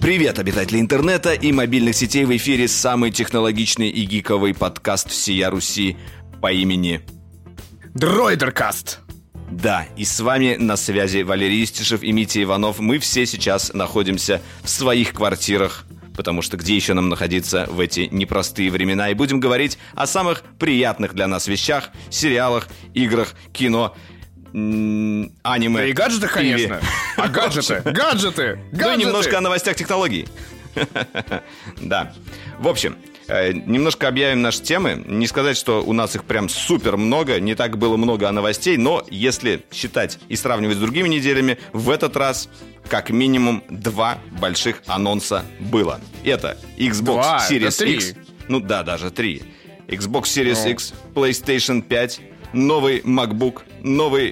Привет, обитатели интернета и мобильных сетей, в эфире самый технологичный и гиковый подкаст всея Руси по имени Дроидеркаст. Да, и с вами на связи Валерий Истишев и Митя Иванов. Мы все сейчас находимся в своих квартирах, потому что где еще нам находиться в эти непростые времена? И будем говорить о самых приятных для нас вещах, сериалах, играх, кино, аниме. И гаджетах, конечно. А гаджеты. Ну и немножко о новостях технологий. Да. В общем, немножко объявим наши темы. Не сказать, что у нас их прям супер много, не так было много новостей, но если считать и сравнивать с другими неделями, в этот раз как минимум 2 больших анонса было. Это Xbox Series X. Ну да, даже 3. Xbox Series X, PlayStation 5, новый MacBook, новый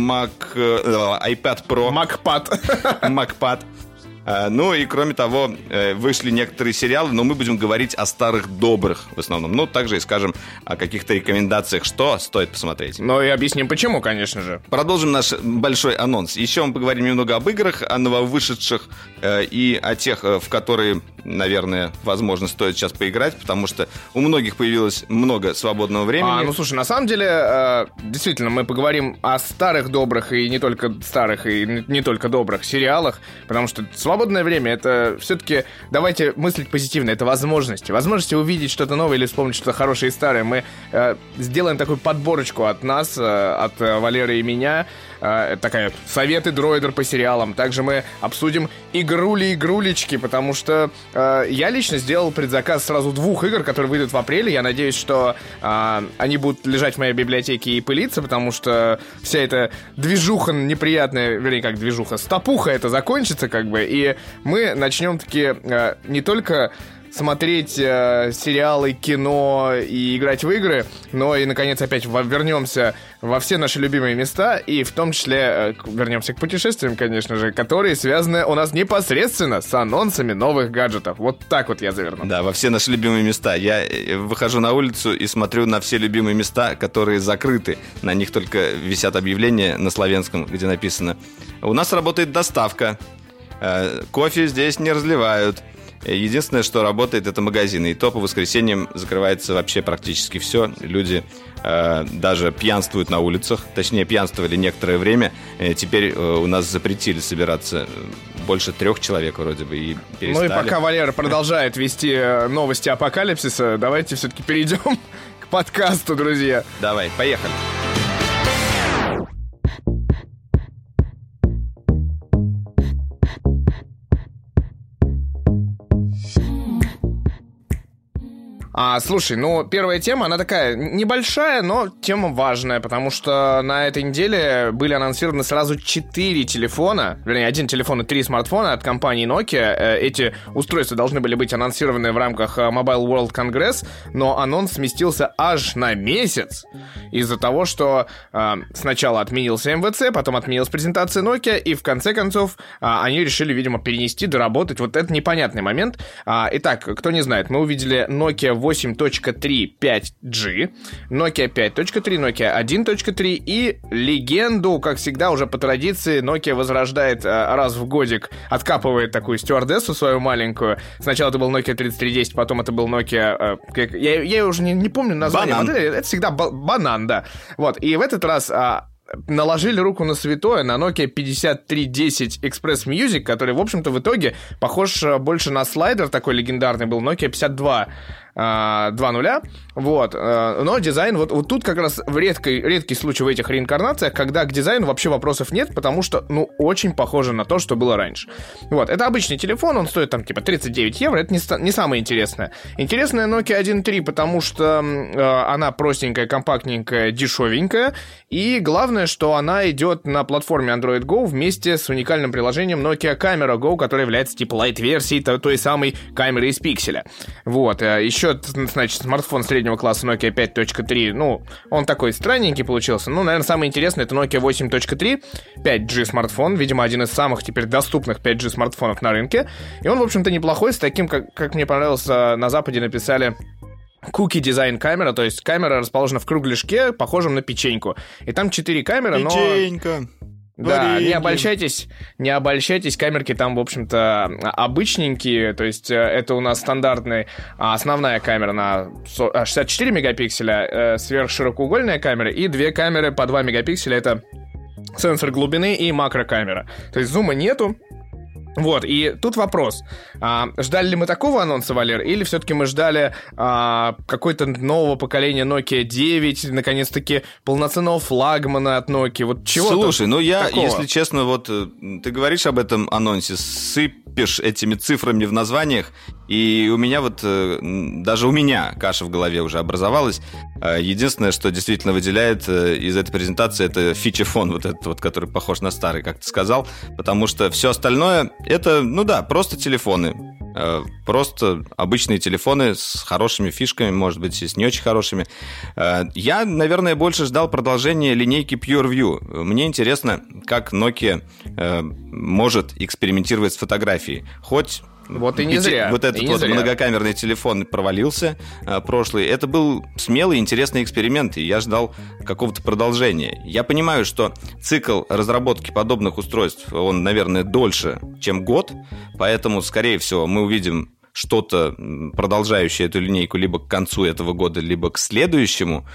iPad Pro. MacPad. Ну и кроме того, вышли некоторые сериалы, но мы будем говорить о старых добрых в основном. Ну, также и скажем о каких-то рекомендациях, что стоит посмотреть. Ну и объясним почему, конечно же. Продолжим наш большой анонс. Еще мы поговорим немного об играх, о нововышедших и о тех, в которые, наверное, возможно, стоит сейчас поиграть, потому что у многих появилось много свободного времени. Ну, слушай, на самом деле, действительно, мы поговорим о старых добрых и не только старых, и не только добрых сериалах, потому что свободное время — это все-таки, давайте мыслить позитивно, это возможности. Возможности увидеть что-то новое или вспомнить что-то хорошее и старое. Мы сделаем такую подборочку от нас, от Валеры и меня, такая советы дроидер по сериалам. Также мы обсудим игрулечки, потому что я лично сделал предзаказ сразу 2 игр, которые выйдут в апреле. Я надеюсь, что они будут лежать в моей библиотеке и пылиться, потому что вся эта движуха неприятная, вернее, как движуха, стопуха это закончится, как бы, и мы начнем таки не только смотреть сериалы, кино и играть в игры, но и, наконец, опять вернемся во все наши любимые места, и в том числе вернемся к путешествиям, конечно же, которые связаны у нас непосредственно с анонсами новых гаджетов. Вот так вот я заверну. Да, во все наши любимые места. Я выхожу на улицу и смотрю на все любимые места, которые закрыты. На них только висят объявления на славянском, где написано: у нас работает доставка, кофе здесь не разливают. Единственное, что работает, это магазины. И то по воскресеньям закрывается вообще практически все. Люди даже пьянствуют на улицах. Точнее, пьянствовали некоторое время. Теперь у нас запретили собираться больше 3 человек вроде бы. И перестали. Ну и пока Валера продолжает вести новости апокалипсиса, давайте все-таки перейдем к подкасту, друзья. Давай, поехали. Слушай, ну, первая тема, она такая небольшая, но тема важная, потому что на этой неделе были анонсированы сразу 4 телефона, вернее, 1 телефон и 3 смартфона от компании Nokia. Эти устройства должны были быть анонсированы в рамках Mobile World Congress, но анонс сместился аж на месяц из-за того, что сначала отменился МВЦ, потом отменилась презентация Nokia, и в конце концов они решили, видимо, перенести, доработать. Вот это непонятный момент. Итак, кто не знает, мы увидели Nokia 8.3 5G, Nokia 5.3, Nokia 1.3 и легенду, как всегда, уже по традиции, Nokia возрождает раз в годик, откапывает такую стюардессу свою маленькую. Сначала это был Nokia 3310, потом это был Nokia... Я уже не помню название модели, это всегда банан, да. Вот, и в этот раз... наложили руку на святое, на Nokia 5310 Express Music, который, в общем-то, в итоге похож больше на слайдер такой легендарный был, Nokia 52.0, вот, но дизайн, вот тут как раз редкий случай в этих реинкарнациях, когда к дизайну вообще вопросов нет, потому что, ну, очень похоже на то, что было раньше. Вот, это обычный телефон, он стоит там типа 39 евро, это не самое интересное. Интересная Nokia 1.3, потому что она простенькая, компактненькая, дешевенькая, и главное, что она идет на платформе Android Go вместе с уникальным приложением Nokia Camera Go, которое является типа лайт-версией той самой камеры из пикселя. Вот, еще, значит, смартфон среднего класса Nokia 5.3, ну, он такой странненький получился. Ну, наверное, самое интересное — это Nokia 8.3, 5G смартфон, видимо, один из самых теперь доступных 5G смартфонов на рынке. И он, в общем-то, неплохой, с таким, как мне понравилось, на Западе написали, Cookie дизайн камера, то есть камера расположена в кругляшке, похожем на печеньку. И там 4 камеры, Печенька. Да, не обольщайтесь, камерки там, в общем-то, обычненькие, то есть это у нас стандартная основная камера на 64 мегапикселя, сверхширокоугольная камера и две камеры по 2 мегапикселя, это сенсор глубины и макрокамера, то есть зума нету. Вот, и тут вопрос. Ждали ли мы такого анонса, Валер, или все-таки мы ждали какой-то нового поколения Nokia 9, наконец-таки полноценного флагмана от Nokia? Вот чего-то. Слушай, ну я, такого. Если честно, вот ты говоришь об этом анонсе, сыпешь этими цифрами в названиях, и у меня вот, даже у меня каша в голове уже образовалась. Единственное, что действительно выделяет из этой презентации, это фичи-фон, вот этот вот, который похож на старый, как ты сказал, потому что все остальное, это, ну да, просто телефоны. Просто обычные телефоны с хорошими фишками, может быть, и с не очень хорошими. Я, наверное, больше ждал продолжения линейки PureView. Мне интересно, как Nokia может экспериментировать с фотографией. Хоть... Вот и не зря. Вот этот вот многокамерный телефон провалился прошлый. Это был смелый, интересный эксперимент, и я ждал какого-то продолжения. Я понимаю, что цикл разработки подобных устройств, он, наверное, дольше, чем год, поэтому, скорее всего, мы увидим что-то, продолжающее эту линейку либо к концу этого года, либо к следующему.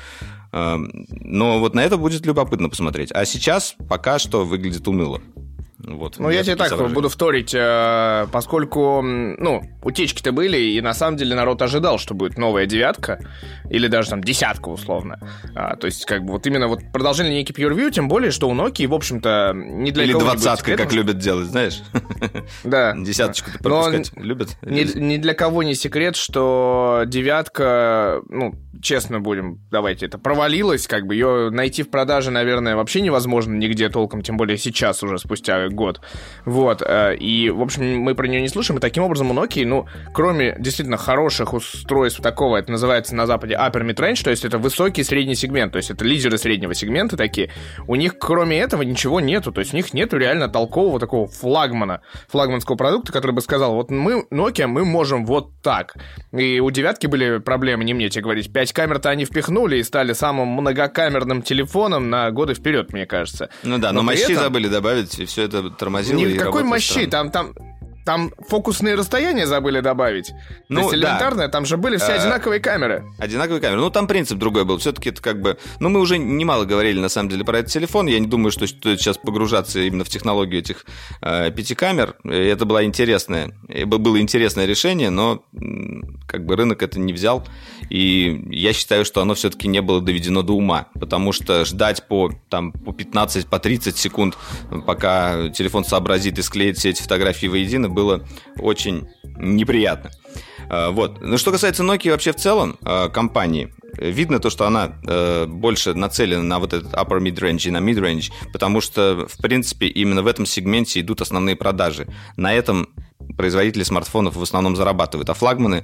Но вот на это будет любопытно посмотреть. А сейчас пока что выглядит уныло. Вот, ну, я тебе так буду вторить, поскольку, ну, утечки-то были, и на самом деле народ ожидал, что будет новая 9, или даже там 10 условно. То есть, как бы, вот именно вот продолжение линейки PureView, тем более, что у Nokia, в общем-то, не для кого-нибудь... Или 20, как любят делать, знаешь? Да. 10-ку пропускать любят. Ни для кого не секрет, что 9, ну, честно будем, давайте, это провалилась, как бы, ее найти в продаже, наверное, вообще невозможно нигде толком, тем более сейчас уже, спустя год. Вот. И, в общем, мы про нее не слышим. И таким образом у Nokia, ну, кроме действительно хороших устройств такого, это называется на Западе upper mid-range, то есть это высокий средний сегмент, то есть это лидеры среднего сегмента такие. У них, кроме этого, ничего нету. То есть у них нету реально толкового такого флагманского продукта, который бы сказал, вот мы, Nokia, мы можем вот так. И у 9 были проблемы, не мне тебе говорить. 5 камер-то они впихнули и стали самым многокамерным телефоном на годы вперед, мне кажется. Ну да, но мощи забыли добавить, и все это тормозило. Никакой мощи, там фокусные расстояния забыли добавить. Ну, то есть элементарно, да. Там же были все одинаковые камеры. Одинаковые камеры. Ну, там принцип другой был. Все-таки это как бы... Ну, мы уже немало говорили, на самом деле, про этот телефон. Я не думаю, что стоит сейчас погружаться именно в технологию этих 5 камер. Это было интересное решение, но как бы рынок это не взял. И я считаю, что оно все-таки не было доведено до ума. Потому что ждать по 15, по 30 секунд, пока телефон сообразит и склеит все эти фотографии воедино, было очень неприятно. Вот. Но что касается Nokia вообще в целом, компании, видно то, что она больше нацелена на вот этот upper mid-range и на mid-range, потому что, в принципе, именно в этом сегменте идут основные продажи. На этом производители смартфонов в основном зарабатывают, а флагманы...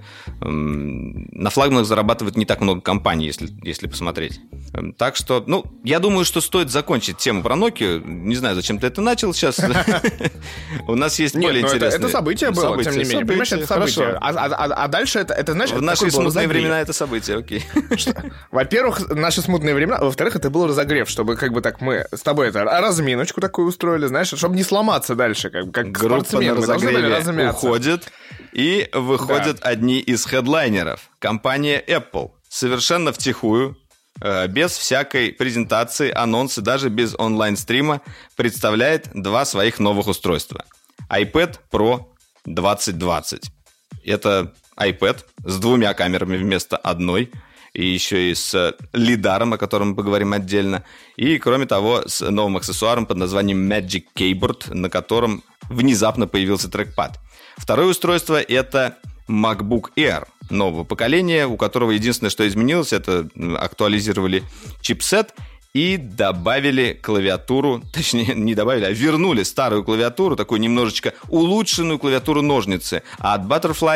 На флагманах зарабатывают не так много компаний, если посмотреть. Так что, ну, я думаю, что стоит закончить тему про Nokia. Не знаю, зачем ты это начал сейчас. У нас есть более интересные... Это событие было, тем не менее. Понимаешь, это событие. А дальше это, знаешь... В наши смутные времена это событие, окей. Во-первых, наши смутные времена. Во-вторых, это был разогрев, чтобы как бы так мы с тобой это разминочку такую устроили, знаешь, чтобы не сломаться дальше, как спортсмен. Мы должны были размяться. Уходит, и выходят одни из хедлайнеров. Компания Apple. Совершенно втихую, без всякой презентации, анонса, даже без онлайн-стрима, представляет 2 своих новых устройства. iPad Pro 2020. Это iPad с 2 камерами вместо одной, и еще и с лидаром, о котором мы поговорим отдельно. И, кроме того, с новым аксессуаром под названием Magic Keyboard, на котором внезапно появился трекпад. Второе устройство – это MacBook Air нового поколения, у которого единственное, что изменилось, это актуализировали чипсет и добавили клавиатуру, точнее, не добавили, а вернули старую клавиатуру, такую немножечко улучшенную клавиатуру ножницы. А от Butterfly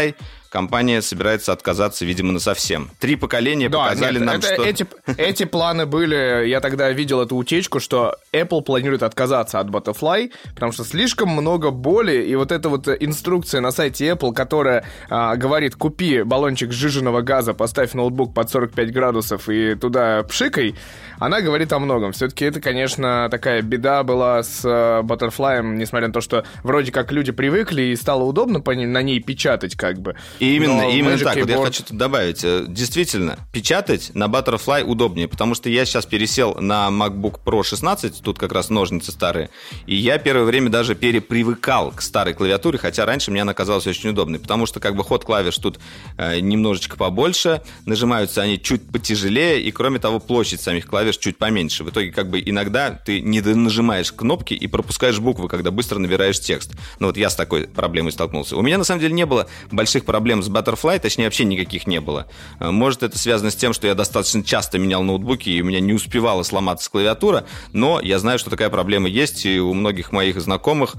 компания собирается отказаться, видимо, насовсем. 3 поколения показали нам, что... Эти планы были... Я тогда видел эту утечку, что Apple планирует отказаться от Butterfly, потому что слишком много боли, и вот эта вот инструкция на сайте Apple, которая говорит, купи баллончик сжиженного газа, поставь ноутбук под 45 градусов и туда пшикай, она говорит о многом. Все-таки это, конечно, такая беда была с Butterfly, несмотря на то, что вроде как люди привыкли и стало удобно на ней печатать как бы. И именно так. Вот я хочу тут добавить. Действительно, печатать на Butterfly удобнее, потому что я сейчас пересел на MacBook Pro 16, тут как раз ножницы старые, и я первое время даже перепривыкал к старой клавиатуре, хотя раньше мне она казалась очень удобной, потому что как бы ход клавиш тут немножечко побольше, нажимаются они чуть потяжелее, и кроме того, площадь самих клавиш чуть поменьше. В итоге как бы иногда ты не нажимаешь кнопки и пропускаешь буквы, когда быстро набираешь текст. Ну вот я с такой проблемой столкнулся. У меня на самом деле не было больших проблем с Butterfly, точнее вообще никаких не было. Может, это связано с тем, что я достаточно часто менял ноутбуки, и у меня не успевала сломаться клавиатура, но я знаю, что такая проблема есть, и у многих моих знакомых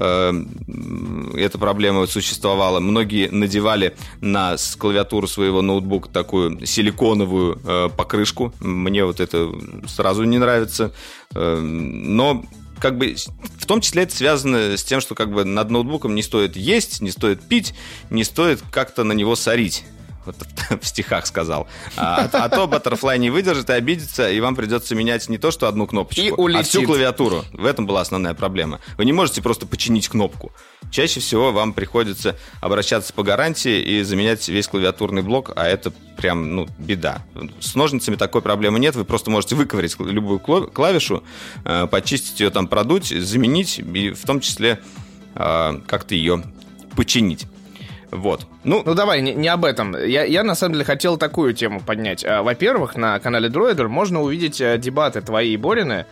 эта проблема существовала. Многие надевали на клавиатуру своего ноутбука такую силиконовую покрышку. Мне вот это сразу не нравится. Но как бы в том числе это связано с тем, что как бы над ноутбуком не стоит есть, не стоит пить, не стоит как-то на него сорить. Вот в стихах сказал. А то Butterfly не выдержит и обидится, и вам придется менять не то, что одну кнопочку, а всю клавиатуру. В этом была основная проблема. Вы не можете просто починить кнопку. Чаще всего вам приходится обращаться по гарантии и заменять весь клавиатурный блок, а это прям, беда. С ножницами такой проблемы нет, вы просто можете выковырять любую клавишу, почистить ее, там, продуть, заменить, и в том числе как-то ее починить. Вот. Ну давай, не об этом. Я на самом деле хотел такую тему поднять. Во-первых, на канале Droider можно увидеть дебаты твои и Борины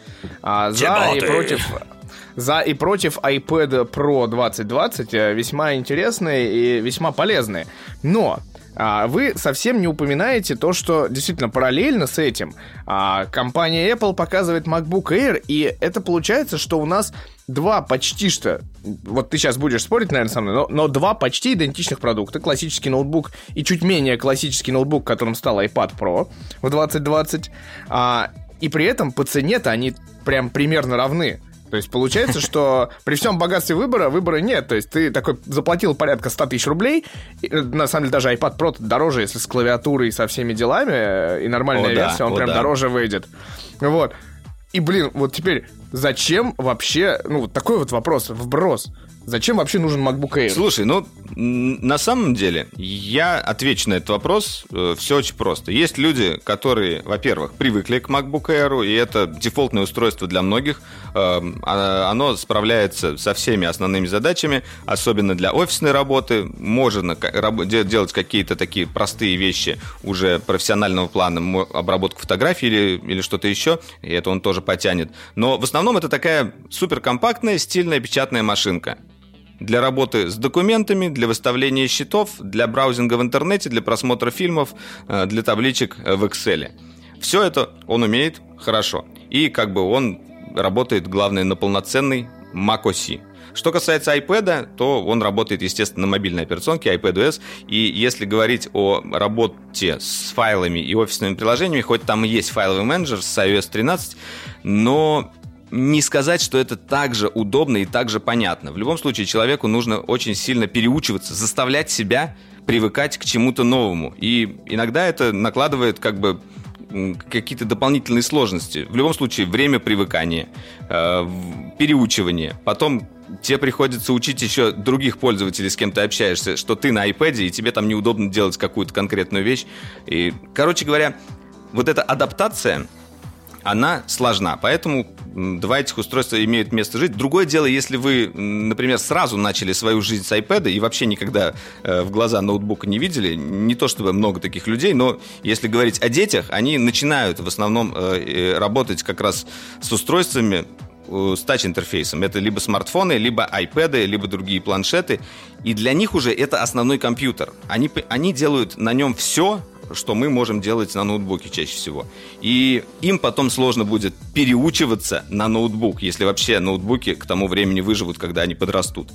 за и против iPad Pro 2020, весьма интересные и весьма полезные. Но вы совсем не упоминаете то, что действительно параллельно с этим компания Apple показывает MacBook Air, и это получается, что у нас два почти что, вот ты сейчас будешь спорить, наверное, со мной, но два почти идентичных продукта, классический ноутбук и чуть менее классический ноутбук, которым стал iPad Pro в 2020, и при этом по цене-то они прям примерно равны. То есть получается, что при всем богатстве выбора нет. То есть ты такой заплатил порядка 100 тысяч рублей. И, на самом деле даже iPad Pro дороже, если с клавиатурой и со всеми делами. И нормальная версия, он прям дороже выйдет. Вот. И, вот теперь зачем вообще... вот такой вот вопрос, вброс. Зачем вообще нужен MacBook Air? Слушай, на самом деле, я отвечу на этот вопрос. Все очень просто. Есть люди, которые, во-первых, привыкли к MacBook Air, и это дефолтное устройство для многих. Оно справляется со всеми основными задачами, особенно для офисной работы. Можно делать какие-то такие простые вещи уже профессионального плана, обработку фотографий или что-то еще, и это он тоже потянет. Но в основном это такая суперкомпактная, стильная печатная машинка. Для работы с документами, для выставления счетов, для браузинга в интернете, для просмотра фильмов, для табличек в Excel. Все это он умеет хорошо. И он работает, главное, на полноценной macOS. Что касается iPad, то он работает, естественно, на мобильной операционке iPadOS. И если говорить о работе с файлами и офисными приложениями, хоть там и есть файловый менеджер с iOS 13, но... не сказать, что это так же удобно и так же понятно. В любом случае, человеку нужно очень сильно переучиваться, заставлять себя привыкать к чему-то новому. И иногда это накладывает какие-то дополнительные сложности. В любом случае, время привыкания, переучивание. Потом тебе приходится учить еще других пользователей, с кем ты общаешься, что ты на iPad, и тебе там неудобно делать какую-то конкретную вещь. И, короче говоря, вот эта адаптация... она сложна, поэтому два этих устройства имеют место жить. Другое дело, если вы, например, сразу начали свою жизнь с iPad и вообще никогда в глаза ноутбука не видели, не то чтобы много таких людей, но если говорить о детях, они начинают в основном работать как раз с устройствами с тач-интерфейсом. Это либо смартфоны, либо iPad, либо другие планшеты. И для них уже это основной компьютер. Они делают на нем все, что мы можем делать на ноутбуке чаще всего. И им потом сложно будет переучиваться на ноутбук, если вообще ноутбуки к тому времени выживут, когда они подрастут.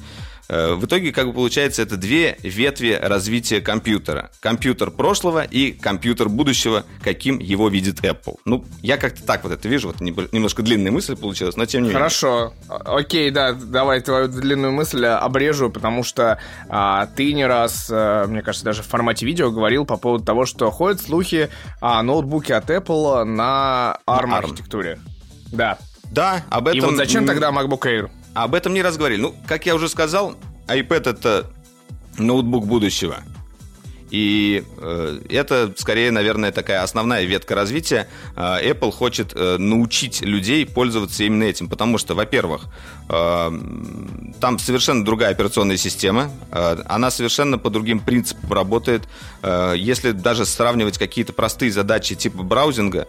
В итоге, как бы получается, это две ветви развития компьютера. Компьютер прошлого и компьютер будущего, каким его видит Apple. Ну, я как-то так вот это вижу. Вот немножко длинная мысль получилась, но тем не менее. Хорошо. Окей, да, давай твою длинную мысль обрежу, потому что ты не раз, мне кажется, даже в формате видео говорил по поводу того, что ходят слухи о ноутбуке от Apple на ARM-архитектуре. Да. Да, об этом... И вот зачем тогда MacBook Air? Об этом не раз говорили. Ну, как я уже сказал, iPad — это ноутбук будущего. И это, скорее, наверное, такая основная ветка развития. Apple хочет научить людей пользоваться именно этим. Потому что, во-первых, там совершенно другая операционная система. Она совершенно по другим принципам работает. Если даже сравнивать какие-то простые задачи типа браузинга,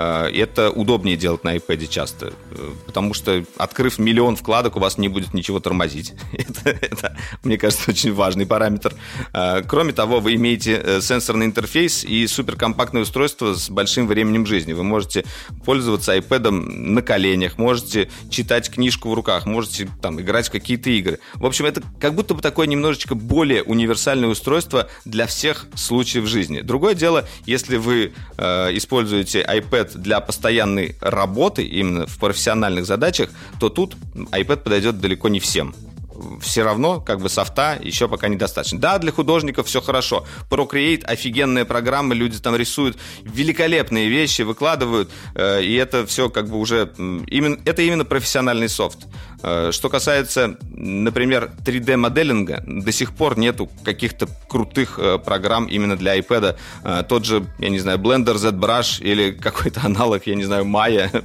это удобнее делать на iPad часто. Потому что, открыв миллион вкладок, у вас не будет ничего тормозить. Это, мне кажется, очень важный параметр. Кроме того, вы имеете сенсорный интерфейс и суперкомпактное устройство с большим временем жизни. Вы можете пользоваться iPad'ом на коленях, можете читать книжку в руках, можете там играть в какие-то игры. В общем, это как будто бы такое немножечко более универсальное устройство для всех случаев жизни. Другое дело, если вы используете iPad для постоянной работы, именно в профессиональных задачах, то тут iPad подойдет далеко не всем. Все равно, как бы, софта еще пока недостаточно. Да, для художников все хорошо. Procreate — офигенная программа, люди там рисуют великолепные вещи, выкладывают, и это все как бы уже... Это именно профессиональный софт. Что касается, например, 3D-моделинга, до сих пор нету каких-то крутых программ именно для iPad. Тот же, я не знаю, Blender, ZBrush или какой-то аналог, я не знаю, Maya,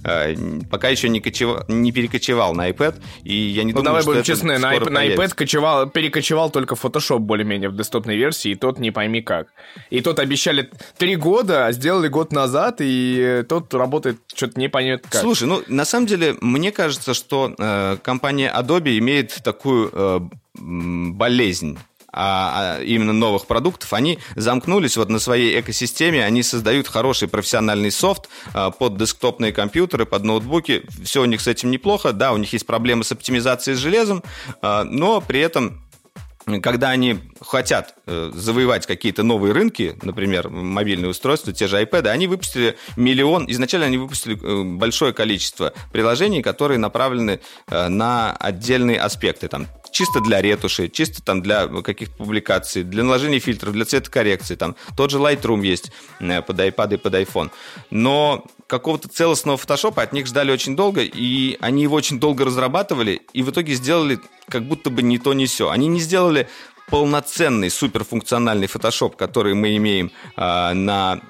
пока еще не перекочевал на iPad, и я не думаю, давай что будем это честны, на скоро iPad перекочевал только Photoshop более-менее в десктопной версии, и тот не пойми как. И тот обещали 3 года, а сделали год назад, и тот работает что-то не понятно как. Слушай, ну, на самом деле, мне кажется, что компания Adobe имеет такую болезнь. Именно новых продуктов, они замкнулись вот на своей экосистеме, они создают хороший профессиональный софт под десктопные компьютеры, под ноутбуки, все у них с этим неплохо, да, у них есть проблемы с оптимизацией с железом, но при этом, когда они хотят завоевать какие-то новые рынки, например, мобильные устройства, те же iPad, они выпустили изначально они выпустили большое количество приложений, которые направлены на отдельные аспекты, там, чисто для ретуши, чисто там для каких-то публикаций, для наложения фильтров, для цветокоррекции. Там тот же Lightroom есть под iPad и под iPhone. Но какого-то целостного фотошопа от них ждали очень долго, и они его очень долго разрабатывали, и в итоге сделали как будто бы ни то, ни сё. Они не сделали полноценный суперфункциональный фотошоп, который мы имеем на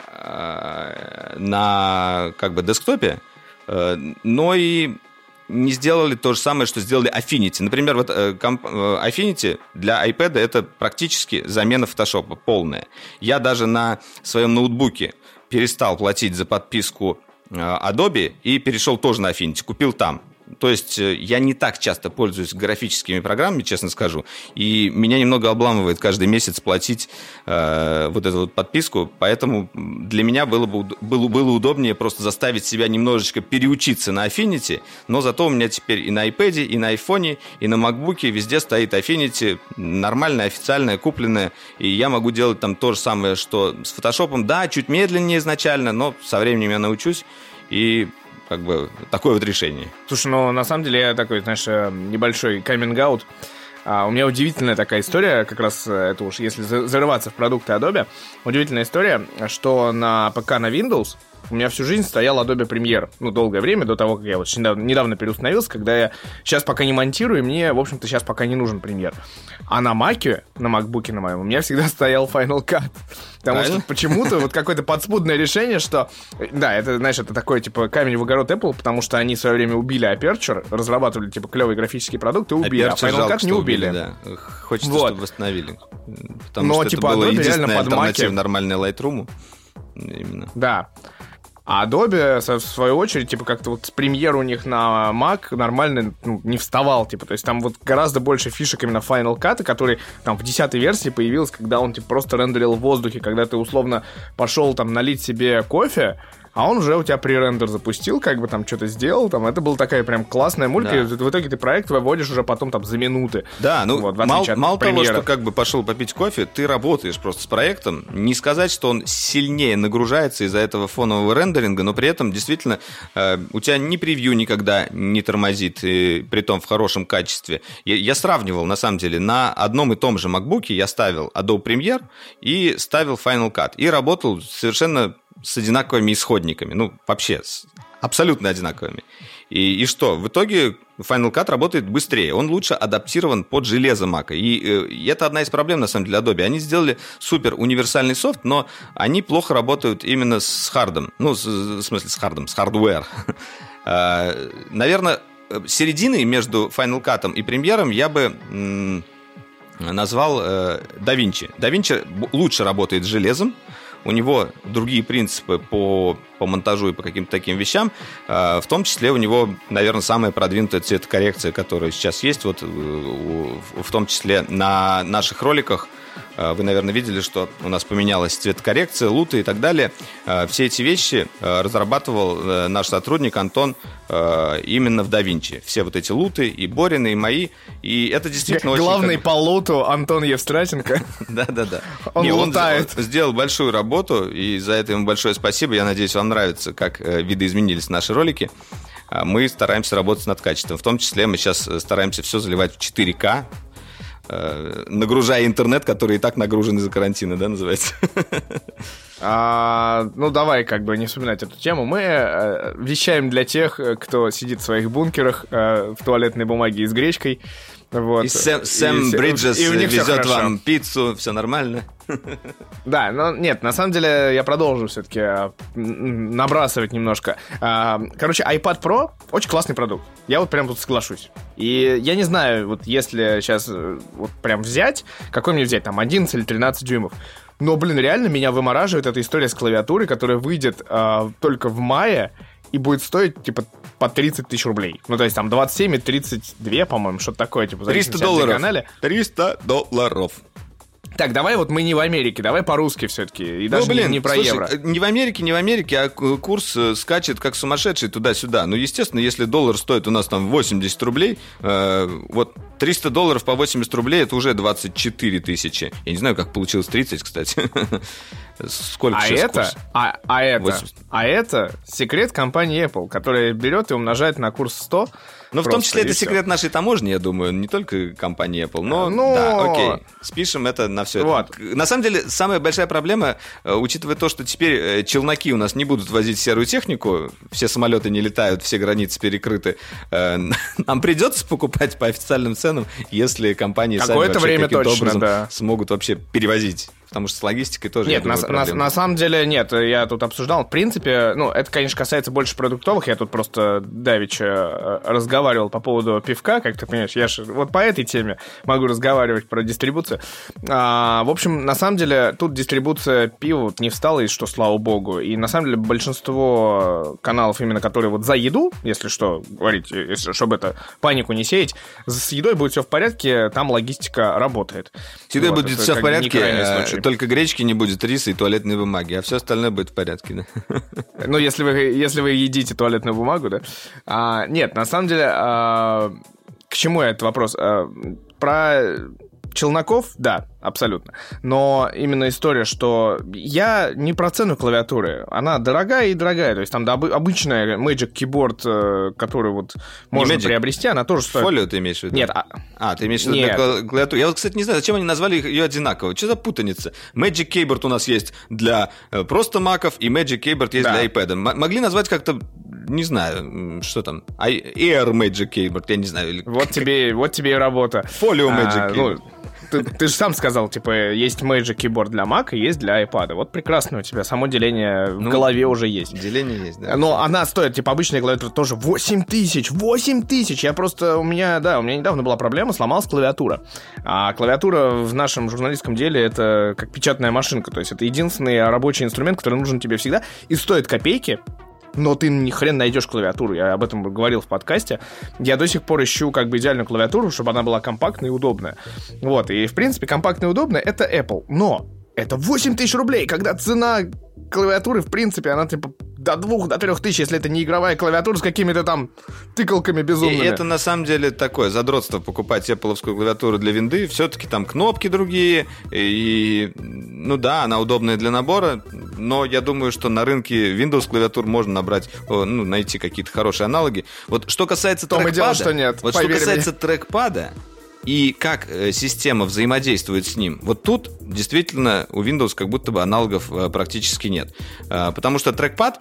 как бы десктопе, но и не сделали то же самое, что сделали Affinity. Например, вот Affinity для iPad — это практически замена фотошопа полная. Я даже на своем ноутбуке перестал платить за подписку Adobe и перешел тоже на Affinity, купил там. То есть я не так часто пользуюсь графическими программами, честно скажу, и меня немного обламывает каждый месяц платить вот эту вот подписку, поэтому для меня было удобнее просто заставить себя немножечко переучиться на Affinity, но зато у меня теперь и на iPad, и на iPhone, и на MacBook везде стоит Affinity, нормальная, официальная, купленная, и я могу делать там то же самое, что с Photoshop. Да, чуть медленнее изначально, но со временем я научусь, и как бы такое вот решение. Слушай, ну на самом деле я такой, знаешь, небольшой каминг-аут. У меня удивительная такая история, как раз это уж если зарываться в продукты Adobe, удивительная история, что на ПК на Windows у меня всю жизнь стоял Adobe Premiere. Ну, долгое время, до того, как я вот недавно переустановился, когда я сейчас пока не монтирую, и мне, в общем-то, сейчас пока не нужен Premiere. А на Mac'е, на MacBook'е на моем, у меня всегда стоял Final Cut. Потому что почему-то вот какое-то подспудное решение, что... Да, это, знаешь, это такой, типа, камень в огород Apple, потому что они в свое время убили Aperture, разрабатывали, типа, клевые графические продукты, убили, Aperture, а Final Cut не убили. Да. Хочется, чтобы восстановили. Потому но, что типа, это было Adobe единственная реально под альтернатива Mac'е. нормальной Lightroom. Именно. Да. А Adobe, в свою очередь, типа, как-то вот с Premiere у них на Mac нормально не вставал, типа, то есть там вот гораздо больше фишек именно Final Cut, который там в 10-й версии появился, когда он, типа, просто рендерил в воздухе, когда ты, условно, пошел там налить себе кофе, а он уже у тебя пререндер запустил, как бы там что-то сделал, там, это была такая прям классная мулька, и в итоге ты проект выводишь уже потом там за минуты. Да, ну, вот, мало того, что как бы пошел попить кофе, ты работаешь просто с проектом, не сказать, что он сильнее нагружается из-за этого фонового рендеринга, но при этом действительно у тебя ни превью никогда не тормозит, и притом в хорошем качестве. Я сравнивал, на самом деле, на одном и том же MacBook я ставил Adobe Premiere и ставил Final Cut, и работал совершенно с одинаковыми исходниками, ну, вообще, абсолютно одинаковыми. И что? В итоге Final Cut работает быстрее, он лучше адаптирован под железо Mac. И это одна из проблем, на самом деле, Adobe. Они сделали супер универсальный софт, но они плохо работают именно с хардом. Ну, в смысле, с хардом, с хардвер. Наверное, серединой между Final Cut и премьером я бы назвал DaVinci. DaVinci лучше работает с железом, у него другие принципы по монтажу и по каким-то таким вещам. В том числе у него, наверное, самая продвинутая цветокоррекция, которая сейчас есть. Вот в том числе на наших роликах вы, наверное, видели, что у нас поменялась цветокоррекция, луты и так далее. Все эти вещи разрабатывал наш сотрудник Антон именно в DaVinci. Все вот эти луты, и Борины, и мои. И это действительно очень... Главный по луту Антон Евстратенко. Да-да-да. Он лутает. Он сделал большую работу, и за это ему большое спасибо. Я надеюсь, вам нравится, как видоизменились наши ролики. Мы стараемся работать над качеством. В том числе мы сейчас стараемся все заливать в 4К, нагружая интернет, который и так нагружен из-за карантина, да, называется? Ну, давай как бы не вспоминать эту тему. Мы вещаем для тех, кто сидит в своих бункерах в туалетной бумаге и с гречкой. Вот. И Сэм Бриджес везет вам пиццу, все нормально. Да, но нет, на самом деле я продолжу все-таки набрасывать немножко. Короче, iPad Pro очень классный продукт. Я вот прям тут соглашусь. И я не знаю, вот если сейчас вот прям взять, какой мне взять, там 11 или 13 дюймов. Но, блин, реально меня вымораживает эта история с клавиатурой, которая выйдет только в мае и будет стоить, типа, по 30 тысяч рублей. Ну, то есть там 27 и 32, по-моему, что-то такое, типа, $300. $300. Так, давай вот мы не в Америке, давай по-русски все-таки, и даже не про евро. Не в Америке, а курс скачет как сумасшедший туда-сюда. Ну, естественно, если доллар стоит у нас там 80 рублей, вот $300 по 80 рублей, это уже 24 тысячи. Я не знаю, как получилось 30, кстати. Сколько сейчас курс? Это секрет компании Apple, которая берет и умножает на курс 100. Ну, в том числе это секрет нашей таможни, я думаю, не только компании Apple. Но да, окей, спишем это на все вот. Это. На самом деле, самая большая проблема, учитывая то, что теперь челноки у нас не будут возить серую технику, все самолеты не летают, все границы перекрыты, нам придется покупать по официальным ценам, если компании сами вообще каким-то образом смогут вообще перевозить. Потому что с логистикой тоже... Нет, на самом деле нет, я тут обсуждал, в принципе, ну, это, конечно, касается больше продуктовых, я тут просто давеча разговаривал по поводу пивка, как ты понимаешь, я же вот по этой теме могу разговаривать про дистрибуцию. В общем, на самом деле, тут дистрибуция пива вот не встала, и что, слава богу, и на самом деле большинство каналов, именно которые вот за еду, если что, говорить, чтобы это панику не сеять, с едой будет все в порядке, там логистика работает. С едой будет все в порядке, только гречки не будет, риса и туалетной бумаги, а все остальное будет в порядке, да? Ну, если вы едите туалетную бумагу, да? Нет, на самом деле, к чему этот вопрос? Про челноков, да, абсолютно. Но именно история, что я не про цену клавиатуры. Она дорогая и дорогая. То есть там обычная Magic Keyboard, которую вот можно приобрести, она тоже стоит... Фолио ты имеешь в виду? Нет. Ты имеешь в виду клавиатуру? Я вот, кстати, не знаю, зачем они назвали ее одинаково. Что за путаница? Magic Keyboard у нас есть для просто маков, и Magic Keyboard есть для iPad. Могли назвать как-то, не знаю, что там, Air Magic Keyboard, я не знаю. Вот тебе и работа. Folio Magic Keyboard. Ты же сам сказал, типа, есть Magic Keyboard для Mac и есть для iPad. Вот прекрасно у тебя, само деление в голове уже есть. Деление есть, да. Но она стоит, типа, обычная клавиатура тоже 8 тысяч. У меня недавно была проблема, сломалась клавиатура. А клавиатура в нашем журналистском деле это как печатная машинка. То есть это единственный рабочий инструмент, который нужен тебе всегда и стоит копейки. Но ты ни хрен найдешь клавиатуру, я об этом говорил в подкасте. Я до сих пор ищу как бы идеальную клавиатуру, чтобы она была компактная и удобная. Вот, и в принципе компактная и удобная — это Apple. Но это 8 тысяч рублей, когда цена клавиатуры, в принципе, она типа до 2-3 тысяч, если это не игровая клавиатура с какими-то там тыкалками безумными. И это на самом деле такое задротство покупать Apple-овскую клавиатуру для винды. Все-таки там кнопки другие. И, ну да, она удобная для набора. Но я думаю, что на рынке Windows клавиатур можно набрать, ну, найти какие-то хорошие аналоги. Вот что касается трекпада... дело, что нет, вот что касается трекпада и как система взаимодействует с ним, вот тут действительно у Windows как будто бы аналогов практически нет. Потому что трекпад,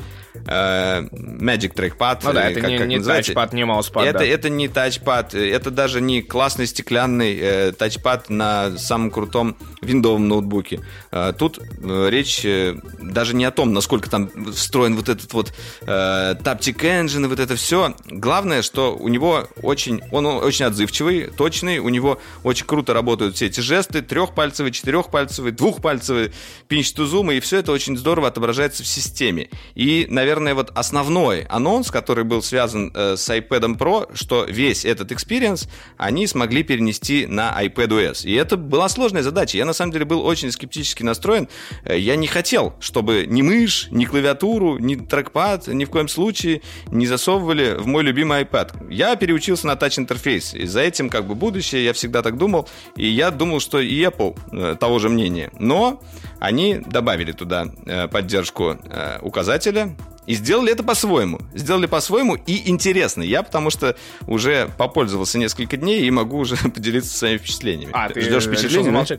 Magic Trackpad, ну да, это не тачпад, не мауспад. Это не тачпад, это даже не классный стеклянный тачпад на самом крутом виндовом ноутбуке. Тут речь даже не о том, насколько там встроен вот этот вот Taptic Engine и вот это все. Главное, что у него он очень отзывчивый, точный, у него очень круто работают все эти жесты, трехпальцевые, четырехпальцевые, двухпальцевые, pinch to zoom, и все это очень здорово отображается в системе. И, наверное, вот основной анонс, который был связан с iPad Pro, что весь этот experience они смогли перенести на iPadOS. И это была сложная задача. Я, на самом деле, был очень скептически настроен. Я не хотел, чтобы ни мышь, ни клавиатуру, ни трекпад ни в коем случае не засовывали в мой любимый iPad. Я переучился на тач-интерфейс, и за этим как бы будущее, я всегда так думал, и я думал, что и Apple того же мнения. Но они добавили туда поддержку указателя и сделали это по-своему. Сделали по-своему и интересно. Я потому что уже попользовался несколько дней и могу уже поделиться своими впечатлениями. Ты ждешь впечатлений?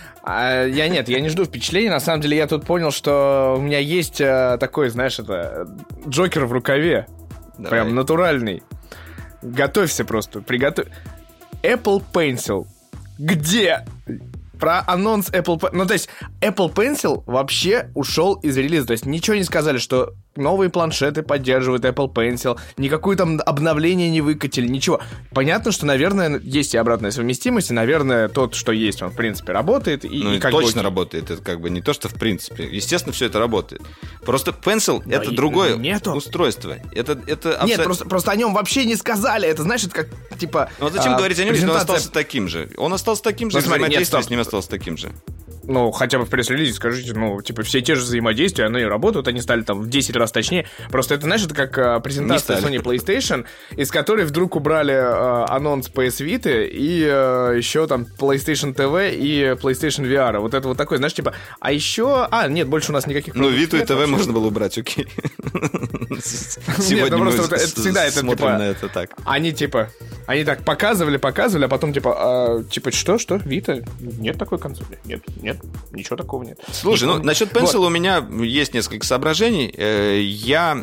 Я не жду впечатлений. На самом деле я тут понял, что у меня есть такой, знаешь, это Джокер в рукаве. Давай. Прям натуральный. Готовься просто, приготовь. Apple Pencil. Где? Про анонс Apple Pencil. Ну, то есть, Apple Pencil вообще ушел из релиза. То есть, ничего не сказали, что новые планшеты поддерживают Apple Pencil, никакое там обновление не выкатили, ничего. Понятно, что, наверное, есть и обратная совместимость, и, наверное, тот, что есть, он, в принципе, работает. И как точно работает. Это как бы не то, что в принципе. Естественно, все это работает. Просто Pencil — это другое устройство. Нет, просто о нем вообще не сказали. Это, знаешь, это как, типа... Ну, зачем говорить о нем, если он остался таким же? Он остался таким же, взаимодействие с ним осталось таким же. Ну, хотя бы в пресс-релизе скажите, ну, типа, все те же взаимодействия, они работают, они стали там в 10 раз точнее. Просто это, знаешь, это как презентация Sony PlayStation, из которой вдруг убрали анонс PS Vita и еще там PlayStation TV и PlayStation VR. Вот это вот такое, знаешь, типа, а еще... нет, больше у нас никаких... Ну, Vita и TV можно было убрать, окей. Сегодня мы смотрим на это так. Они так показывали, а потом типа, что, Vita? Нет такой консоли. Нет, ничего такого нет. Слушай, насчет Pencil у меня есть несколько соображений. Я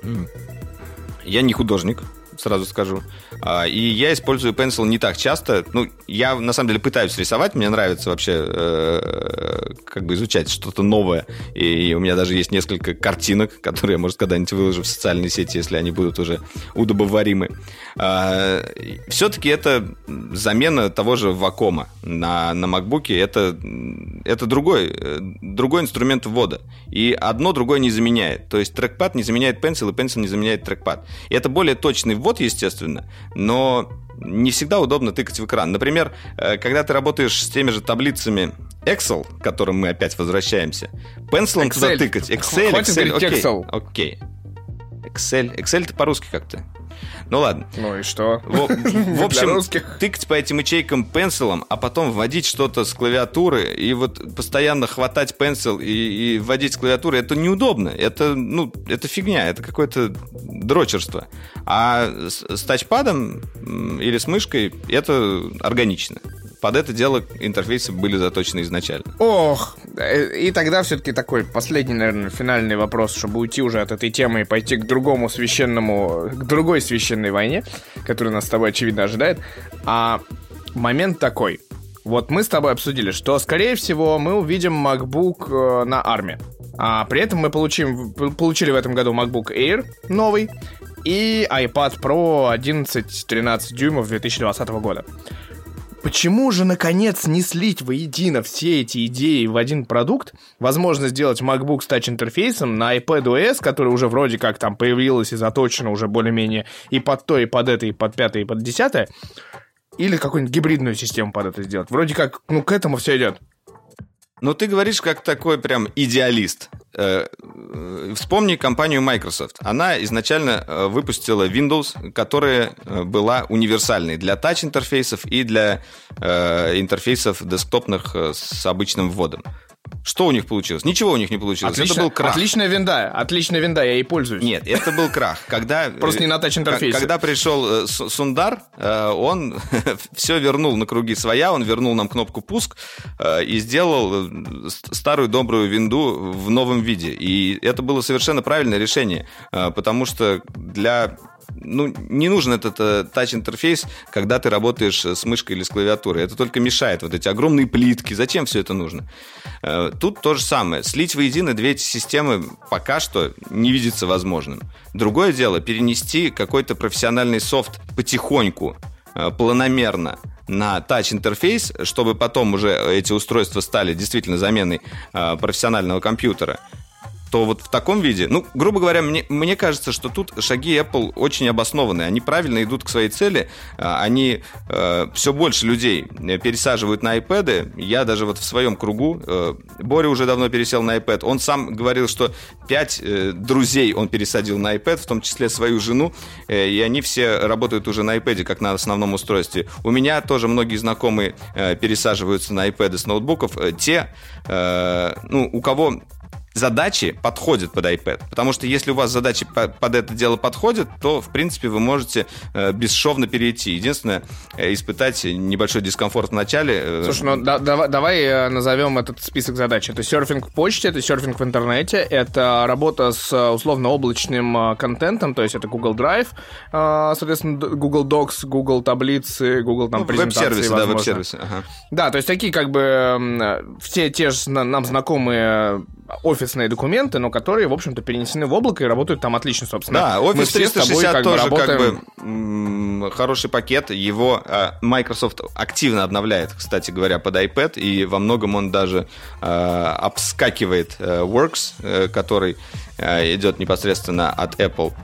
не художник, сразу скажу. И я использую Pencil не так часто. Ну, я, на самом деле, пытаюсь рисовать. Мне нравится вообще как бы изучать что-то новое. И у меня даже есть несколько картинок, которые я, может, когда-нибудь выложу в социальные сети, если они будут уже удобоваримы. Все-таки это замена того же Wacom на MacBook. Это другой инструмент ввода. И одно другое не заменяет. То есть трекпад не заменяет Pencil, и Pencil не заменяет трекпад. И это более точный ввод, естественно, но не всегда удобно тыкать в экран. Например, когда ты работаешь с теми же таблицами Excel, к которым мы опять возвращаемся, Pencil туда тыкать. Окей. Excel это по-русски как-то. Ну ладно. Ну и что? В общем, тыкать по этим ячейкам пенсилом, а потом вводить что-то с клавиатуры, и вот постоянно хватать пенсил и вводить с клавиатуры, это неудобно. Это фигня, это какое-то дрочерство. А с тачпадом или с мышкой это органично. Под это дело интерфейсы были заточены изначально. Ох, и тогда все-таки такой последний, наверное, финальный вопрос, чтобы уйти уже от этой темы и пойти к другой священной войне, которая нас с тобой, очевидно, ожидает. А момент такой. Вот мы с тобой обсудили, что, скорее всего, мы увидим MacBook на ARM. А при этом мы получили в этом году MacBook Air новый и iPad Pro 11-13 дюймов 2020 года. Почему же, наконец, не слить воедино все эти идеи в один продукт? Возможно сделать MacBook с тач-интерфейсом на iPadOS, который уже вроде как там появилась и заточена уже более-менее и под то, и под это, и под пятое, и под десятое. Или какую-нибудь гибридную систему под это сделать. Вроде как, к этому все идет. Ну, ты говоришь как такой прям идеалист. вспомни компанию Microsoft. Она изначально выпустила Windows, которая была универсальной для тач-интерфейсов и для интерфейсов десктопных с обычным вводом. Что у них получилось? Ничего у них не получилось. Это был крах. Отличная винда, я ей пользуюсь. Нет, это был крах. Просто не на тач-интерфейсе. Когда пришел Сундар, он все вернул на круги своя, он вернул нам кнопку «Пуск» и сделал старую добрую винду в новом виде. И это было совершенно правильное решение, потому что не нужен этот тач-интерфейс, когда ты работаешь с мышкой или с клавиатурой. Это только мешает. Вот эти огромные плитки. Зачем все это нужно? Тут то же самое. Слить воедино две эти системы пока что не видится возможным. Другое дело, перенести какой-то профессиональный софт потихоньку, планомерно на тач-интерфейс, чтобы потом уже эти устройства стали действительно заменой профессионального компьютера, то вот в таком виде, грубо говоря, мне кажется, что тут шаги Apple очень обоснованы. Они правильно идут к своей цели. Они все больше людей пересаживают на iPad. Я даже вот в своем кругу, Боря уже давно пересел на iPad. Он сам говорил, что 5 друзей он пересадил на iPad, в том числе свою жену, и они все работают уже на iPad, как на основном устройстве. У меня тоже многие знакомые пересаживаются на iPad с ноутбуков. Те, у кого задачи подходят под iPad. Потому что если у вас задачи под это дело подходят, то, в принципе, вы можете бесшовно перейти. Единственное, испытать небольшой дискомфорт в начале. Слушай, давай назовем этот список задач. Это серфинг в почте, это серфинг в интернете, это работа с условно-облачным контентом, то есть это Google Drive, соответственно, Google Docs, Google таблицы, Google презентации. Веб-сервисы, да, веб-сервисы. Ага. Да, то есть такие все те же нам знакомые офисные документы, но которые, в общем-то, перенесены в облако и работают там отлично, собственно. Да, Office 360 тоже хороший пакет. Его Microsoft активно обновляет, кстати говоря, под iPad, и во многом он даже обскакивает Works, который идет непосредственно от Apple.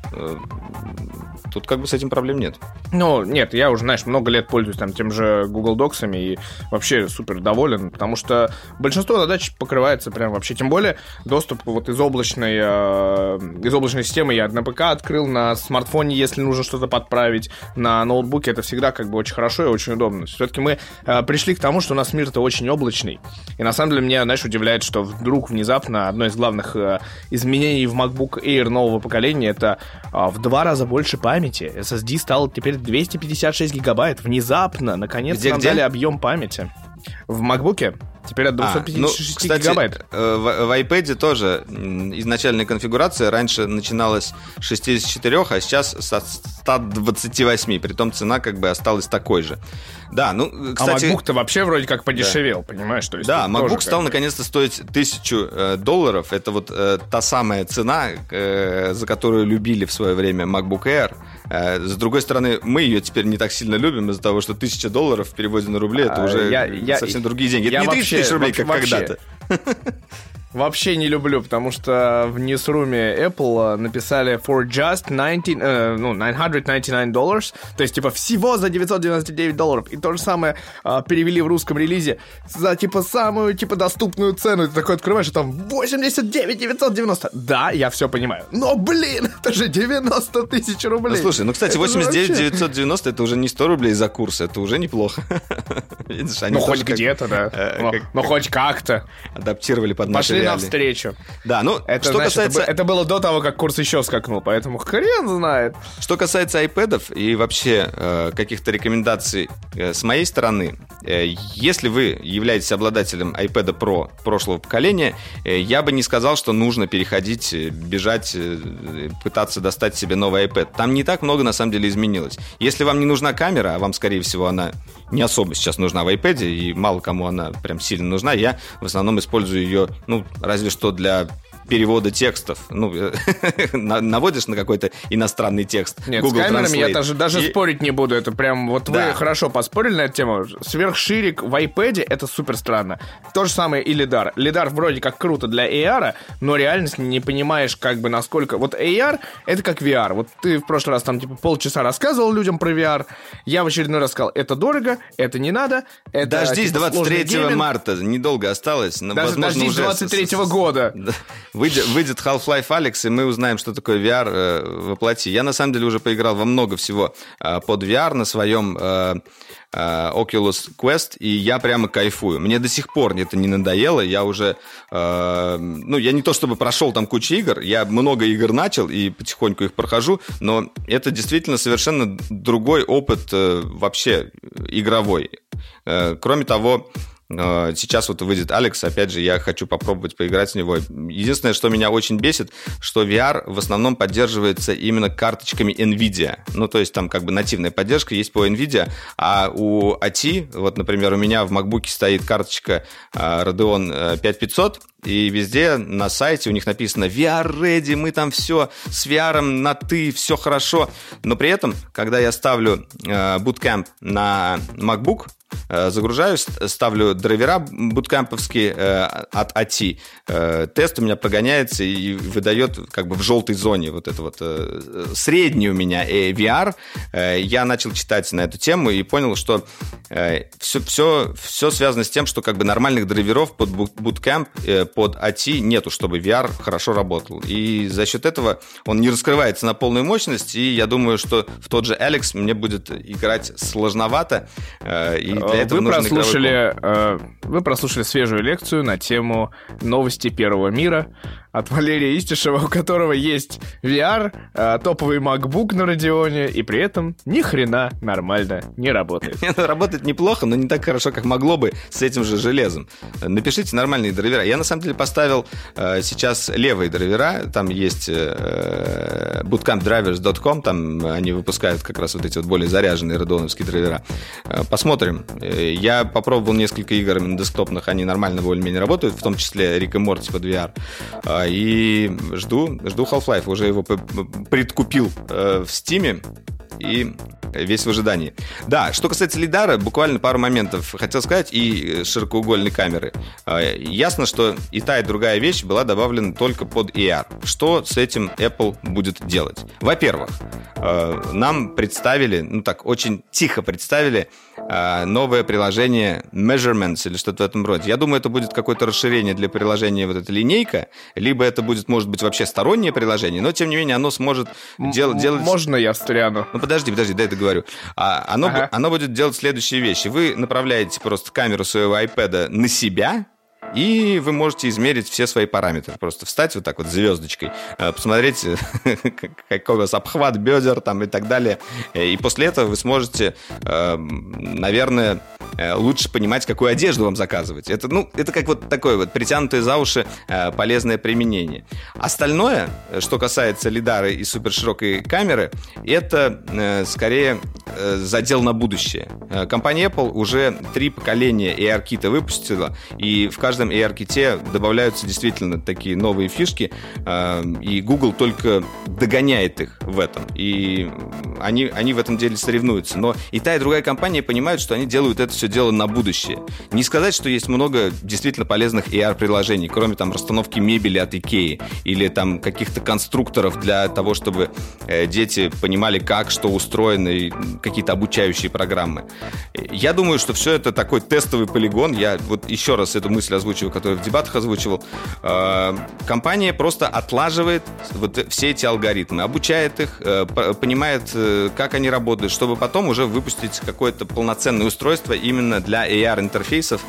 Тут с этим проблем нет. Нет, я уже, много лет пользуюсь тем же Google Docs'ами и вообще супер доволен, потому что большинство задач покрывается прям вообще. Тем более доступ из облачной системы я на ПК открыл, на смартфоне, если нужно что-то подправить, на ноутбуке это всегда очень хорошо и очень удобно. Все-таки мы пришли к тому, что у нас мир-то очень облачный. И на самом деле меня, удивляет, что вдруг внезапно одно из главных изменений в MacBook Air нового поколения — это в 2 раза больше памяти. SSD стал теперь 256 гигабайт. Внезапно, наконец-то нам дали объем памяти. В MacBook'е теперь от 256 гигабайт. В iPad тоже изначальная конфигурация раньше начиналась с 64, а сейчас со 128. Притом цена осталась такой же. Да, кстати... А MacBook-то вообще вроде как подешевел, понимаешь? То есть да, MacBook стал наконец-то стоить $1000. Это вот та самая цена, за которую любили в свое время MacBook Air. С другой стороны, мы ее теперь не так сильно любим из-за того, что $1000 в переводе на рубли это уже совсем другие деньги. Это не 30 тысяч рублей, как когда-то. Вообще не люблю, потому что в ньюсруме Apple написали for just $999, то есть всего за $999. И то же самое перевели в русском релизе за самую доступную цену. Ты такой открываешь, и там 89 990. Да, я все понимаю. Но, это же 90 тысяч рублей. Слушай, кстати, 89 990 это уже не 100 рублей за курс, это уже неплохо. Видишь, они хоть где-то, да. Хоть как-то. Адаптировали под наши реалии. Навстречу. Да, что касается... Это было до того, как курс еще скакнул, поэтому хрен знает. Что касается iPad'ов и вообще каких-то рекомендаций с моей стороны, если вы являетесь обладателем iPad Pro прошлого поколения, я бы не сказал, что нужно переходить, бежать, пытаться достать себе новый iPad. Там не так много, на самом деле, изменилось. Если вам не нужна камера, а вам, скорее всего, она не особо сейчас нужна в iPad, и мало кому она прям сильно нужна, я в основном использую ее, разве что для перевода текстов. Наводишь на какой-то иностранный текст. Нет, Google с камерами Translate. Я даже спорить не буду. Это прям вы хорошо поспорили на эту тему. Сверхширик в iPad — это супер странно. То же самое и LiDAR. LiDAR вроде как круто для AR, но реальность не понимаешь, насколько... Вот AR — это как VR. Вот ты в прошлый раз полчаса рассказывал людям про VR. Я в очередной раз сказал, это дорого, это не надо. Это, дождись 23 марта. Недолго осталось. Дождись 23 года. выйдет Half-Life Alyx, и мы узнаем, что такое VR воплоти. Я, на самом деле, уже поиграл во много всего под VR на своем Oculus Quest, и я прямо кайфую. Мне до сих пор это не надоело. Я уже... я не то чтобы прошел там кучу игр, я много игр начал и потихоньку их прохожу, но это действительно совершенно другой опыт вообще игровой. Кроме того, сейчас вот выйдет Алекс, опять же, я хочу попробовать поиграть в него. Единственное, что меня очень бесит, что VR в основном поддерживается именно карточками NVIDIA. Ну, то есть там как бы нативная поддержка есть по NVIDIA, а у ATI, вот, например, у меня в MacBook стоит карточка Radeon 5500, и везде на сайте у них написано VR-ready, мы там все с VR на «ты», все хорошо. Но при этом, когда я ставлю Bootcamp на MacBook, загружаюсь, ставлю драйвера буткэмповские от ATI, тест у меня прогоняется и выдает как бы в желтой зоне вот это вот средний у меня VR. Я начал читать на эту тему и понял, что все связано с тем, что как бы нормальных драйверов под Bootcamp, под ATI нету, чтобы VR хорошо работал. И за счет этого он не раскрывается на полную мощность, и я думаю, что в тот же Alyx мне будет играть сложновато, и для этого нужен игровой комп. Вы прослушали свежую лекцию на тему новости первого мира от Валерия Истишева, у которого есть VR, топовый MacBook на Radeon, и при этом ни хрена нормально не работает. Работает неплохо, но не так хорошо, как могло бы с этим же железом. Напишите нормальные драйвера. Я на самом деле поставил сейчас левые драйвера. Там есть bootcampdrivers.com, там они выпускают как раз вот эти вот более заряженные радионовские драйвера. Посмотрим. Я попробовал несколько игр на десктопных, они нормально более-менее работают, в том числе Rick and Morty под VR. И жду Half-Life. Уже его предкупил в Steam и весь в ожидании. Да, что касается лидара, буквально пару моментов хотел сказать, и широкоугольной камеры. Ясно, что и та, и другая вещь была добавлена только под AR. Что с этим Apple будет делать? Во-первых, нам представили, очень тихо представили новое приложение Measurements или что-то в этом роде. Я думаю, это будет какое-то расширение для приложения вот эта линейка, либо это будет, может быть, вообще стороннее приложение, но, тем не менее, оно сможет делать... Можно я встряну? Подожди, дай это говорю. Оно будет делать следующие вещи. Вы направляете просто камеру своего iPad на себя, и вы можете измерить все свои параметры. Просто встать вот так вот звездочкой, посмотреть, какой у вас обхват бедер там, и так далее. И после этого вы сможете, наверное, лучше понимать, какую одежду вам заказывать. Это как вот такое вот притянутое за уши полезное применение. Остальное, что касается лидара и суперширокой камеры, это скорее задел на будущее. Компания Apple уже 3 поколения AR-кита выпустила, и в каждом AR-ките добавляются действительно такие новые фишки, и Google только догоняет их в этом. И они в этом деле соревнуются. Но и та, и другая компания понимают, что они делают это все дело на будущее. Не сказать, что есть много действительно полезных AR-приложений, кроме там расстановки мебели от IKEA или там каких-то конструкторов для того, чтобы дети понимали, как, что устроено, и какие-то обучающие программы. Я думаю, что все это такой тестовый полигон. Я вот еще раз эту мысль озвучиваю, которую в дебатах озвучивал. Компания просто отлаживает вот все эти алгоритмы, обучает их, понимает, как они работают, чтобы потом уже выпустить какое-то полноценное устройство именно для AR-интерфейсов.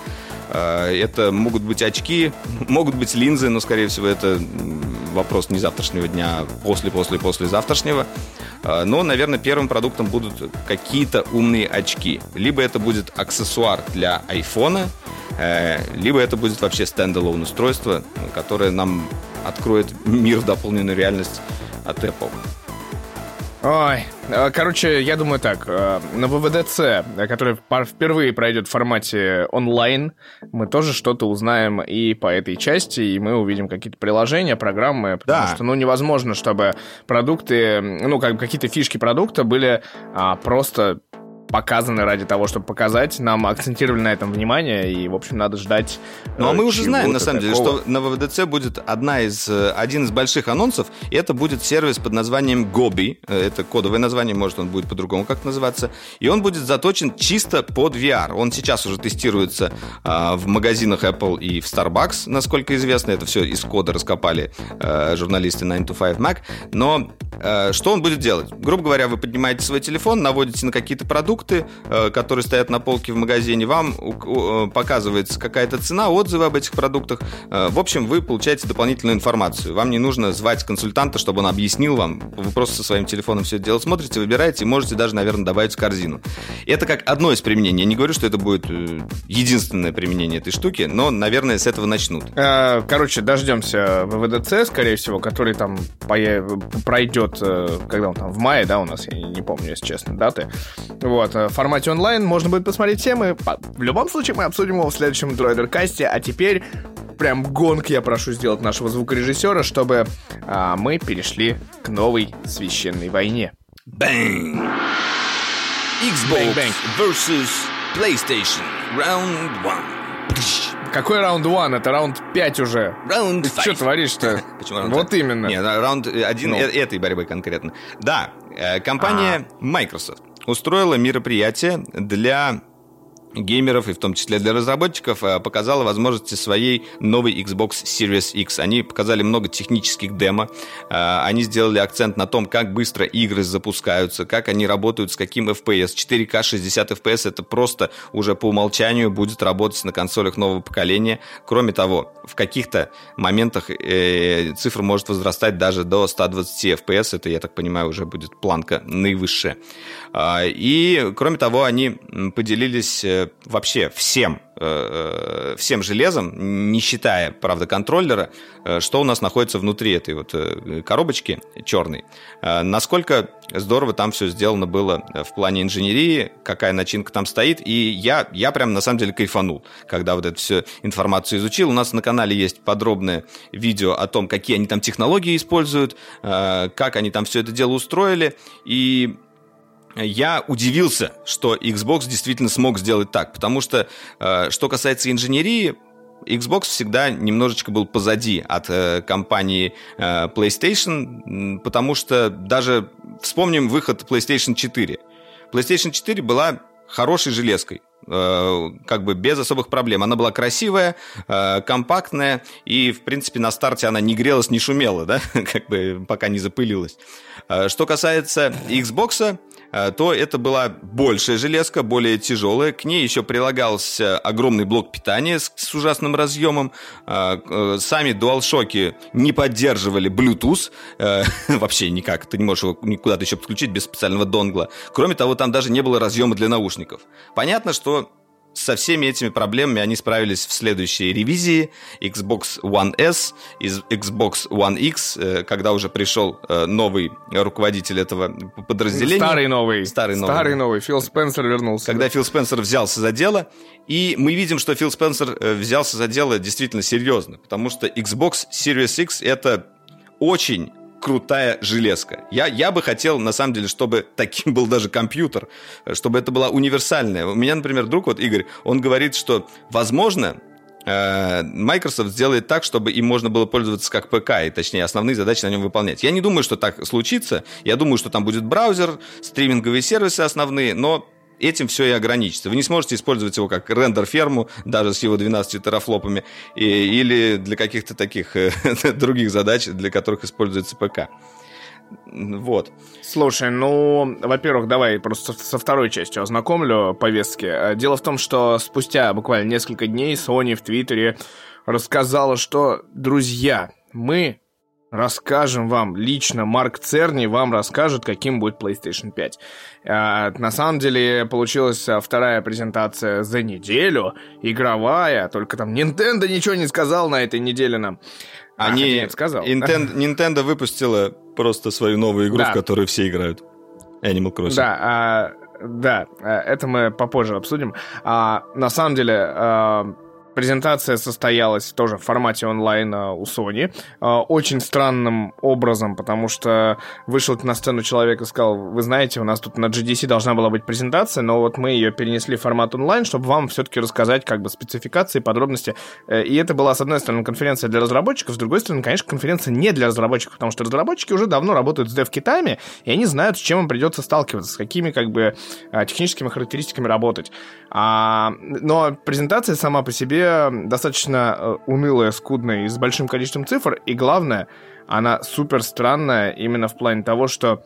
Это могут быть очки, могут быть линзы, но, скорее всего, это вопрос не завтрашнего дня, а после завтрашнего. Но, наверное, первым продуктом будут какие-то умные очки. Либо это будет аксессуар для айфона, либо это будет вообще стендалон устройство, которое нам откроет мир в дополненную реальность от Apple. Ой, короче, я думаю так, на ВВДЦ, который впервые пройдет в формате онлайн, мы тоже что-то узнаем и по этой части, и мы увидим какие-то приложения, программы, потому что, невозможно, чтобы продукты, какие-то фишки продукта были просто показаны ради того, чтобы показать. Нам акцентировали на этом внимание, и, в общем, надо ждать. Ну, а мы уже знаем, на самом деле, что на ВВДЦ будет один из больших анонсов, и это будет сервис под названием Gobi. Это кодовое название, может, он будет по-другому как называться. И он будет заточен чисто под VR. Он сейчас уже тестируется в магазинах Apple и в Starbucks, насколько известно. Это все из кода раскопали журналисты 9 to 5 Mac. Но что он будет делать? Грубо говоря, вы поднимаете свой телефон, наводите на какие-то продукты, которые стоят на полке в магазине, вам показывается какая-то цена, отзывы об этих продуктах. В общем, вы получаете дополнительную информацию. Вам не нужно звать консультанта, чтобы он объяснил вам. Вы просто со своим телефоном все это дело смотрите, выбираете и можете даже, наверное, добавить в корзину. Это как одно из применений. Я не говорю, что это будет единственное применение этой штуки, но, наверное, с этого начнут. Короче, дождемся ВВДЦ, скорее всего, который там пройдет, когда он там, в мае, да, у нас, я не помню, если честно, даты. Вот, в формате онлайн можно будет посмотреть темы. В любом случае, мы обсудим его в следующем Дроидеркасте. А теперь прям гонг я прошу сделать нашего звукорежиссера, чтобы мы перешли к новой священной войне. Bang! Xbox versus PlayStation. Round 1. Какой раунд 1? Это раунд 5 уже. Раунд 5. Ты что творишь-то? Почему раунд 5? Вот именно. Нет, раунд 1 этой борьбы конкретно. Да, компания Microsoft устроила мероприятие для геймеров и в том числе для разработчиков, показала возможности своей новой Xbox Series X. Они показали много технических демо. Они сделали акцент на том, как быстро игры запускаются, как они работают, с каким FPS. 4К 60 FPS это просто уже по умолчанию будет работать на консолях нового поколения. Кроме того, в каких-то моментах цифра может возрастать даже до 120 FPS. Это, я так понимаю, уже будет планка наивысшая. И, кроме того, они поделились вообще всем железом, не считая, правда, контроллера, что у нас находится внутри этой вот коробочки черной. Насколько здорово там все сделано было в плане инженерии, какая начинка там стоит. И я прям на самом деле кайфанул, когда вот эту всю информацию изучил. У нас на канале есть подробное видео о том, какие они там технологии используют, как они там все это дело устроили. И я удивился, что Xbox действительно смог сделать так, потому что, что касается инженерии, Xbox всегда немножечко был позади от компании PlayStation, потому что даже вспомним выход PlayStation 4. PlayStation 4 была хорошей железкой, как бы без особых проблем. Она была красивая, компактная, и, в принципе, на старте она не грелась, не шумела, да, как бы пока не запылилась. Что касается Xbox, то это была большая железка, более тяжелая. К ней еще прилагался огромный блок питания с ужасным разъемом. Сами DualShock не поддерживали Bluetooth. Вообще никак. Ты не можешь его никуда-то еще подключить без специального донгла. Кроме того, там даже не было разъема для наушников. Понятно, что со всеми этими проблемами они справились в следующей ревизии Xbox One S и Xbox One X, когда уже пришел новый руководитель этого подразделения. Старый новый. Фил Спенсер вернулся. Когда Фил Спенсер взялся за дело, и мы видим, что Фил Спенсер взялся за дело действительно серьезно, потому что Xbox Series X — это очень крутая железка. Я бы хотел, на самом деле, чтобы таким был даже компьютер, чтобы это была универсальная. У меня, например, друг, вот Игорь, он говорит, что, возможно, Microsoft сделает так, чтобы им можно было пользоваться как ПК, и, точнее, основные задачи на нем выполнять. Я не думаю, что так случится. Я думаю, что там будет браузер, стриминговые сервисы основные, но этим все и ограничится. Вы не сможете использовать его как рендер-ферму, даже с его 12 терафлопами, или для каких-то таких других задач, для которых используется ПК. Вот. Слушай, ну, во-первых, давай просто со второй частью ознакомлю повестки. Дело в том, что спустя буквально несколько дней Sony в Твиттере рассказала, что, друзья, мы расскажем вам, лично Марк Церни вам расскажет, каким будет PlayStation 5. На самом деле, получилась вторая презентация за неделю, игровая, только там Nintendo ничего не сказал на этой неделе нам. Nintendo выпустила просто свою новую игру, в которую все играют. Animal Crossing. Да, это мы попозже обсудим. На самом деле, презентация состоялась тоже в формате онлайн у Sony. Очень странным образом, потому что вышел на сцену человек и сказал: вы знаете, у нас тут на GDC должна была быть презентация, но вот мы ее перенесли в формат онлайн, чтобы вам все-таки рассказать как бы спецификации, подробности. И это была, с одной стороны, конференция для разработчиков, с другой стороны, конечно, конференция не для разработчиков, потому что разработчики уже давно работают с дев-китами, и они знают, с чем им придется сталкиваться, с какими как бы техническими характеристиками работать. Но презентация сама по себе достаточно унылая, скудная и с большим количеством цифр, и главное, она супер странная именно в плане того, что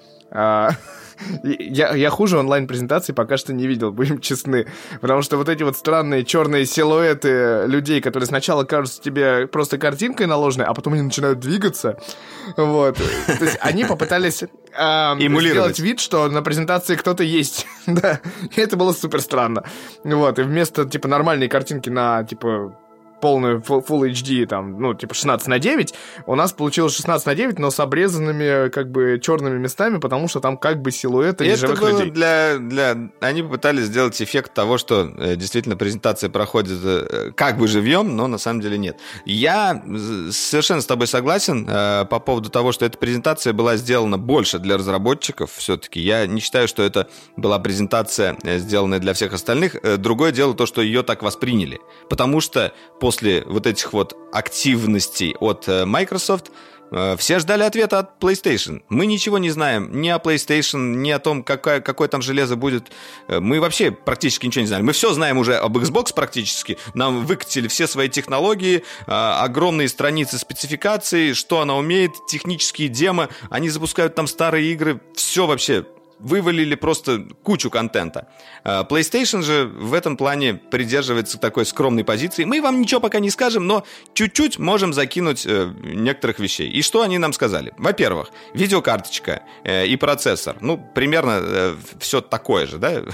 я хуже онлайн-презентации пока что не видел, будем честны. Потому что вот эти вот странные черные силуэты людей, которые сначала кажутся тебе просто картинкой наложенной, а потом они начинают двигаться. Вот. То есть они попытались сделать вид, что на презентации кто-то есть. Да. И это было супер странно. Вот. И вместо типа нормальной картинки на типа полную Full HD, там, ну, типа 16:9, у нас получилось 16:9, но с обрезанными, как бы, черными местами, потому что там как бы силуэты неживых людей. Они попытались сделать эффект того, что действительно презентация проходит как бы живьем, но на самом деле нет. Я совершенно с тобой согласен по поводу того, что эта презентация была сделана больше для разработчиков все-таки. Я не считаю, что это была презентация, сделанная для всех остальных. Другое дело то, что ее так восприняли. Потому что после вот этих вот активностей от Microsoft все ждали ответа от PlayStation. Мы ничего не знаем ни о PlayStation, ни о том, какое там железо будет. Мы вообще практически ничего не знаем. Мы все знаем уже об Xbox практически. Нам выкатили все свои технологии, огромные страницы спецификаций, что она умеет, технические демо. Они запускают там старые игры. Все вообще вывалили просто кучу контента. PlayStation же в этом плане придерживается такой скромной позиции. Мы вам ничего пока не скажем, но чуть-чуть можем закинуть некоторых вещей. И что они нам сказали? Во-первых, видеокарточка и процессор. Ну, примерно все такое же, да?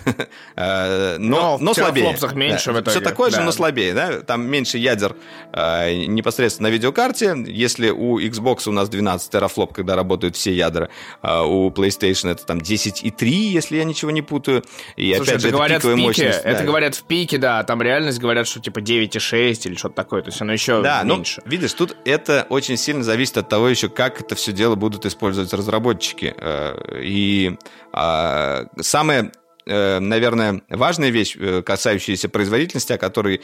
Но слабее. В флопсах меньше в итоге. Все такое же, но слабее, да? Там меньше ядер непосредственно на видеокарте. Если у Xbox у нас 12 терафлоп, когда работают все ядра, у PlayStation это там 10,3, если я ничего не путаю. И слушай, опять же, это пиковая мощность. Это говорят в пике, да, там реальность говорят, что типа 9,6 или что-то такое, то есть оно еще меньше. Но, видишь, тут это очень сильно зависит от того еще, как это все дело будут использовать разработчики. И самое, наверное, важная вещь, касающаяся производительности, о которой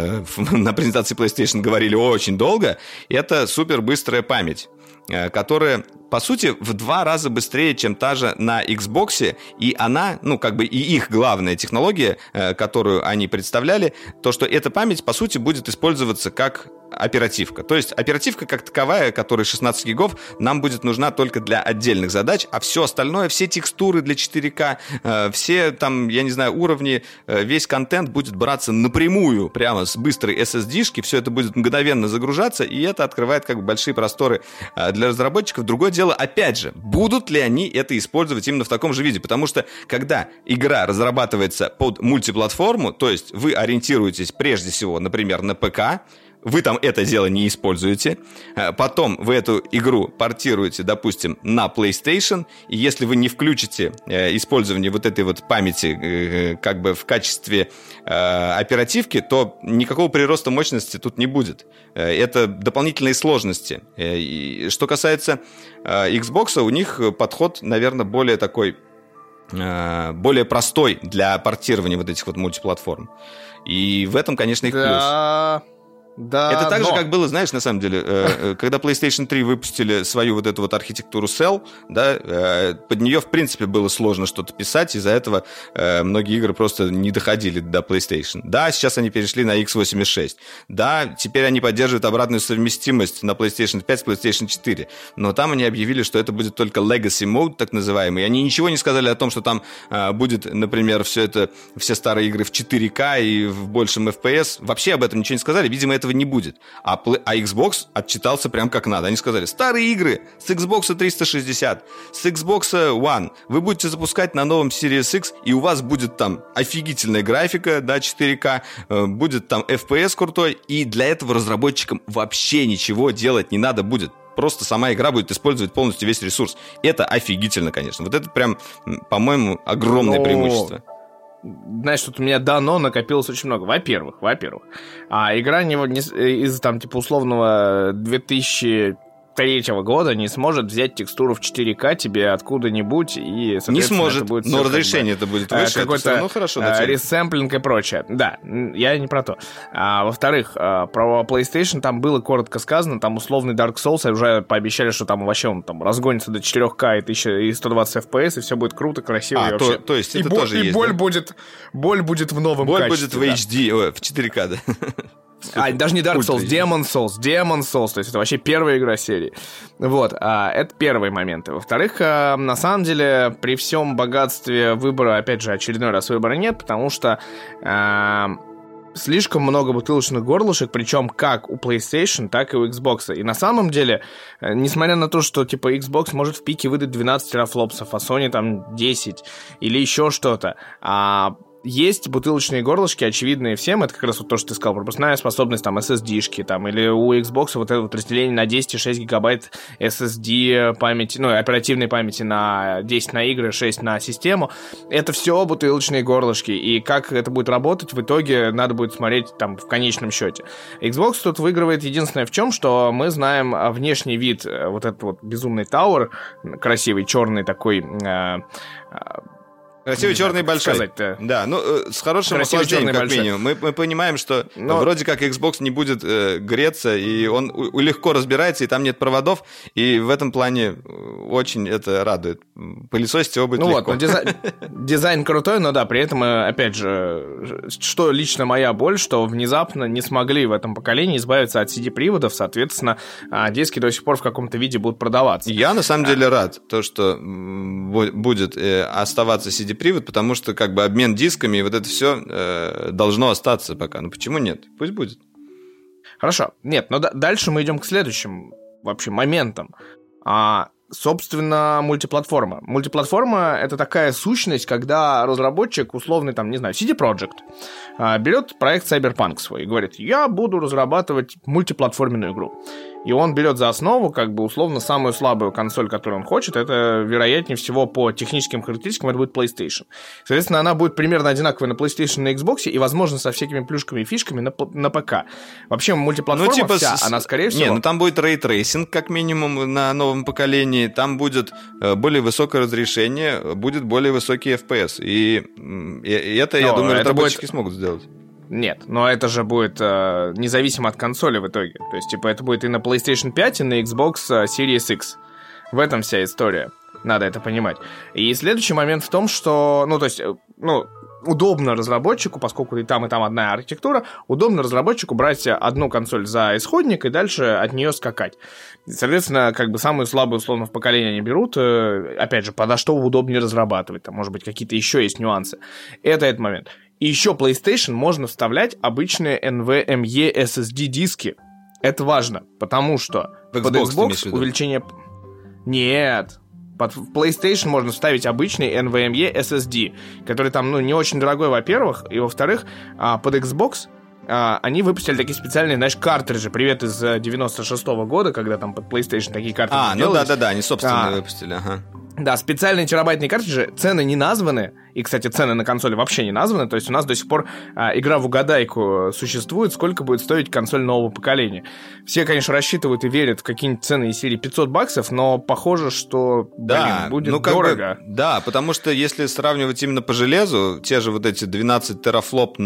на презентации PlayStation говорили очень долго, это супербыстрая память, которая, по сути, в 2 раза быстрее, чем та же на Xbox, и она, ну, как бы и их главная технология, которую они представляли, то, что эта память, по сути, будет использоваться как оперативка. То есть оперативка как таковая, которая 16 гигов, нам будет нужна только для отдельных задач, а все остальное, все текстуры для 4К, все там, я не знаю, уровни, весь контент будет браться напрямую, прямо с быстрой SSD-шки, все это будет мгновенно загружаться, и это открывает как бы большие просторы для разработчиков. Другое дело, опять же, будут ли они это использовать именно в таком же виде, потому что когда игра разрабатывается под мультиплатформу, то есть вы ориентируетесь прежде всего, например, на ПК, вы там это дело не используете, потом вы эту игру портируете, допустим, на PlayStation, и если вы не включите использование вот этой вот памяти как бы в качестве оперативки, то никакого прироста мощности тут не будет. Это дополнительные сложности. И что касается Xbox, у них подход, наверное, более такой, более простой для портирования вот этих вот мультиплатформ. И в этом, конечно, их плюс. Да, это так же, как было, знаешь, на самом деле, когда PlayStation 3 выпустили свою вот эту вот архитектуру Cell, да, под нее, в принципе, было сложно что-то писать, из-за этого многие игры просто не доходили до PlayStation. Да, сейчас они перешли на x86. Да, теперь они поддерживают обратную совместимость на PlayStation 5 с PlayStation 4. Но там они объявили, что это будет только Legacy Mode, так называемый. Они ничего не сказали о том, что там будет, например, все старые игры в 4К и в большем FPS. Вообще об этом ничего не сказали. Видимо, этого не будет. А Xbox отчитался прям как надо. Они сказали: старые игры с Xbox 360, с Xbox One вы будете запускать на новом Series X, и у вас будет там офигительная графика, да, 4К, будет там FPS крутой, и для этого разработчикам вообще ничего делать не надо будет. Просто сама игра будет использовать полностью весь ресурс. Это офигительно, конечно. Вот это прям, по-моему, огромное преимущество. знаешь, тут у меня дано накопилось очень много. Во-первых, игра из, там, типа, условного 2003 года не сможет взять текстуру в 4К тебе откуда-нибудь, и, не сможет, это будет но разрешение это будет выше, это все равно хорошо. Ресэмплинг и прочее. Да, я не про то. Во-вторых, про PlayStation там было коротко сказано, там условный Dark Souls уже пообещали, что там вообще он там разгонится до 4К и 120 FPS, и все будет круто, красиво. И вообще. То есть это тоже есть, боль будет в новом качестве. Боль будет в HD, в 4К, да. Даже не Dark Souls, Demon Souls, то есть это вообще первая игра серии. Вот, это первые моменты. Во-вторых, на самом деле, при всем богатстве выбора, опять же, очередной раз выбора нет, потому что слишком много бутылочных горлышек, причем как у PlayStation, так и у Xbox. И на самом деле, несмотря на то, что типа Xbox может в пике выдать 12 терафлопсов, а Sony там 10 или еще что-то, есть бутылочные горлышки, очевидные всем. Это как раз вот то, что ты сказал, пропускная способность там SSD-шки, там, или у Xbox вот это вот разделение на 10 и 6 гигабайт SSD памяти, оперативной памяти на 10 на игры, 6 на систему. Это все бутылочные горлышки. И как это будет работать, в итоге надо будет смотреть там в конечном счете. Xbox тут выигрывает единственное в чем, что мы знаем внешний вид, вот этот вот безумный Tower, красивый, черный такой... Красивый черный большой. Сказать-то. Да, с хорошим охлаждением, как минимум. Мы понимаем, что вроде как Xbox не будет греться, и он легко разбирается, и там нет проводов, и в этом плане очень это радует. Пылесосить его будет легко. Дизайн крутой, но да, при этом, опять же, что лично моя боль, что внезапно не смогли в этом поколении избавиться от CD-приводов, соответственно, диски до сих пор в каком-то виде будут продаваться. Я на самом деле рад, что будет оставаться CD-привод, потому что как бы обмен дисками и вот это все должно остаться пока. Ну почему нет? Пусть будет. Хорошо. Нет, но дальше мы идем к следующим вообще моментам. Собственно, мультиплатформа. Мультиплатформа — это такая сущность, когда разработчик, условный, там, не знаю, CD Projekt, берет проект Cyberpunk свой и говорит: я буду разрабатывать мультиплатформенную игру. И он берет за основу, как бы, условно, самую слабую консоль, которую он хочет. Это, вероятнее всего, по техническим характеристикам, это будет PlayStation. Соответственно, она будет примерно одинаковая на PlayStation и на Xbox, и, возможно, со всякими плюшками и фишками на ПК. Вообще, мультиплатформа она, скорее всего... Не, там будет рейтрейсинг, как минимум, на новом поколении. Там будет более высокое разрешение, будет более высокий FPS. И это, я думаю, разработчики смогут сделать. Нет, но это же будет независимо от консоли в итоге. То есть, типа, это будет и на PlayStation 5, и на Xbox Series X. В этом вся история. Надо это понимать. И следующий момент в том, что... удобно разработчику, поскольку и там одна архитектура, удобно разработчику брать одну консоль за исходник и дальше от нее скакать. Соответственно, как бы самую слабую, условно, в поколении они берут. Опять же, подо что удобнее разрабатывать. Там, может быть, какие-то еще есть нюансы. Это этот момент. И еще PlayStation можно вставлять обычные NVMe SSD диски. Это важно, потому что под Xbox увеличение... Нет... Под PlayStation можно вставить обычный NVMe SSD, который там, не очень дорогой, во-первых, и, во-вторых, под Xbox они выпустили такие специальные, знаешь, картриджи. Привет из 96-го года, когда там под PlayStation такие картриджи делались. Да, они собственно выпустили, ага. Да, специальные терабайтные картриджи, цены не названы, и, кстати, цены на консоли вообще не названы, то есть у нас до сих пор игра в угадайку существует, сколько будет стоить консоль нового поколения. Все, конечно, рассчитывают и верят в какие-нибудь цены из серии $500, но похоже, что, будет дорого. Да, потому что если сравнивать именно по железу, те же вот эти 12 терафлопов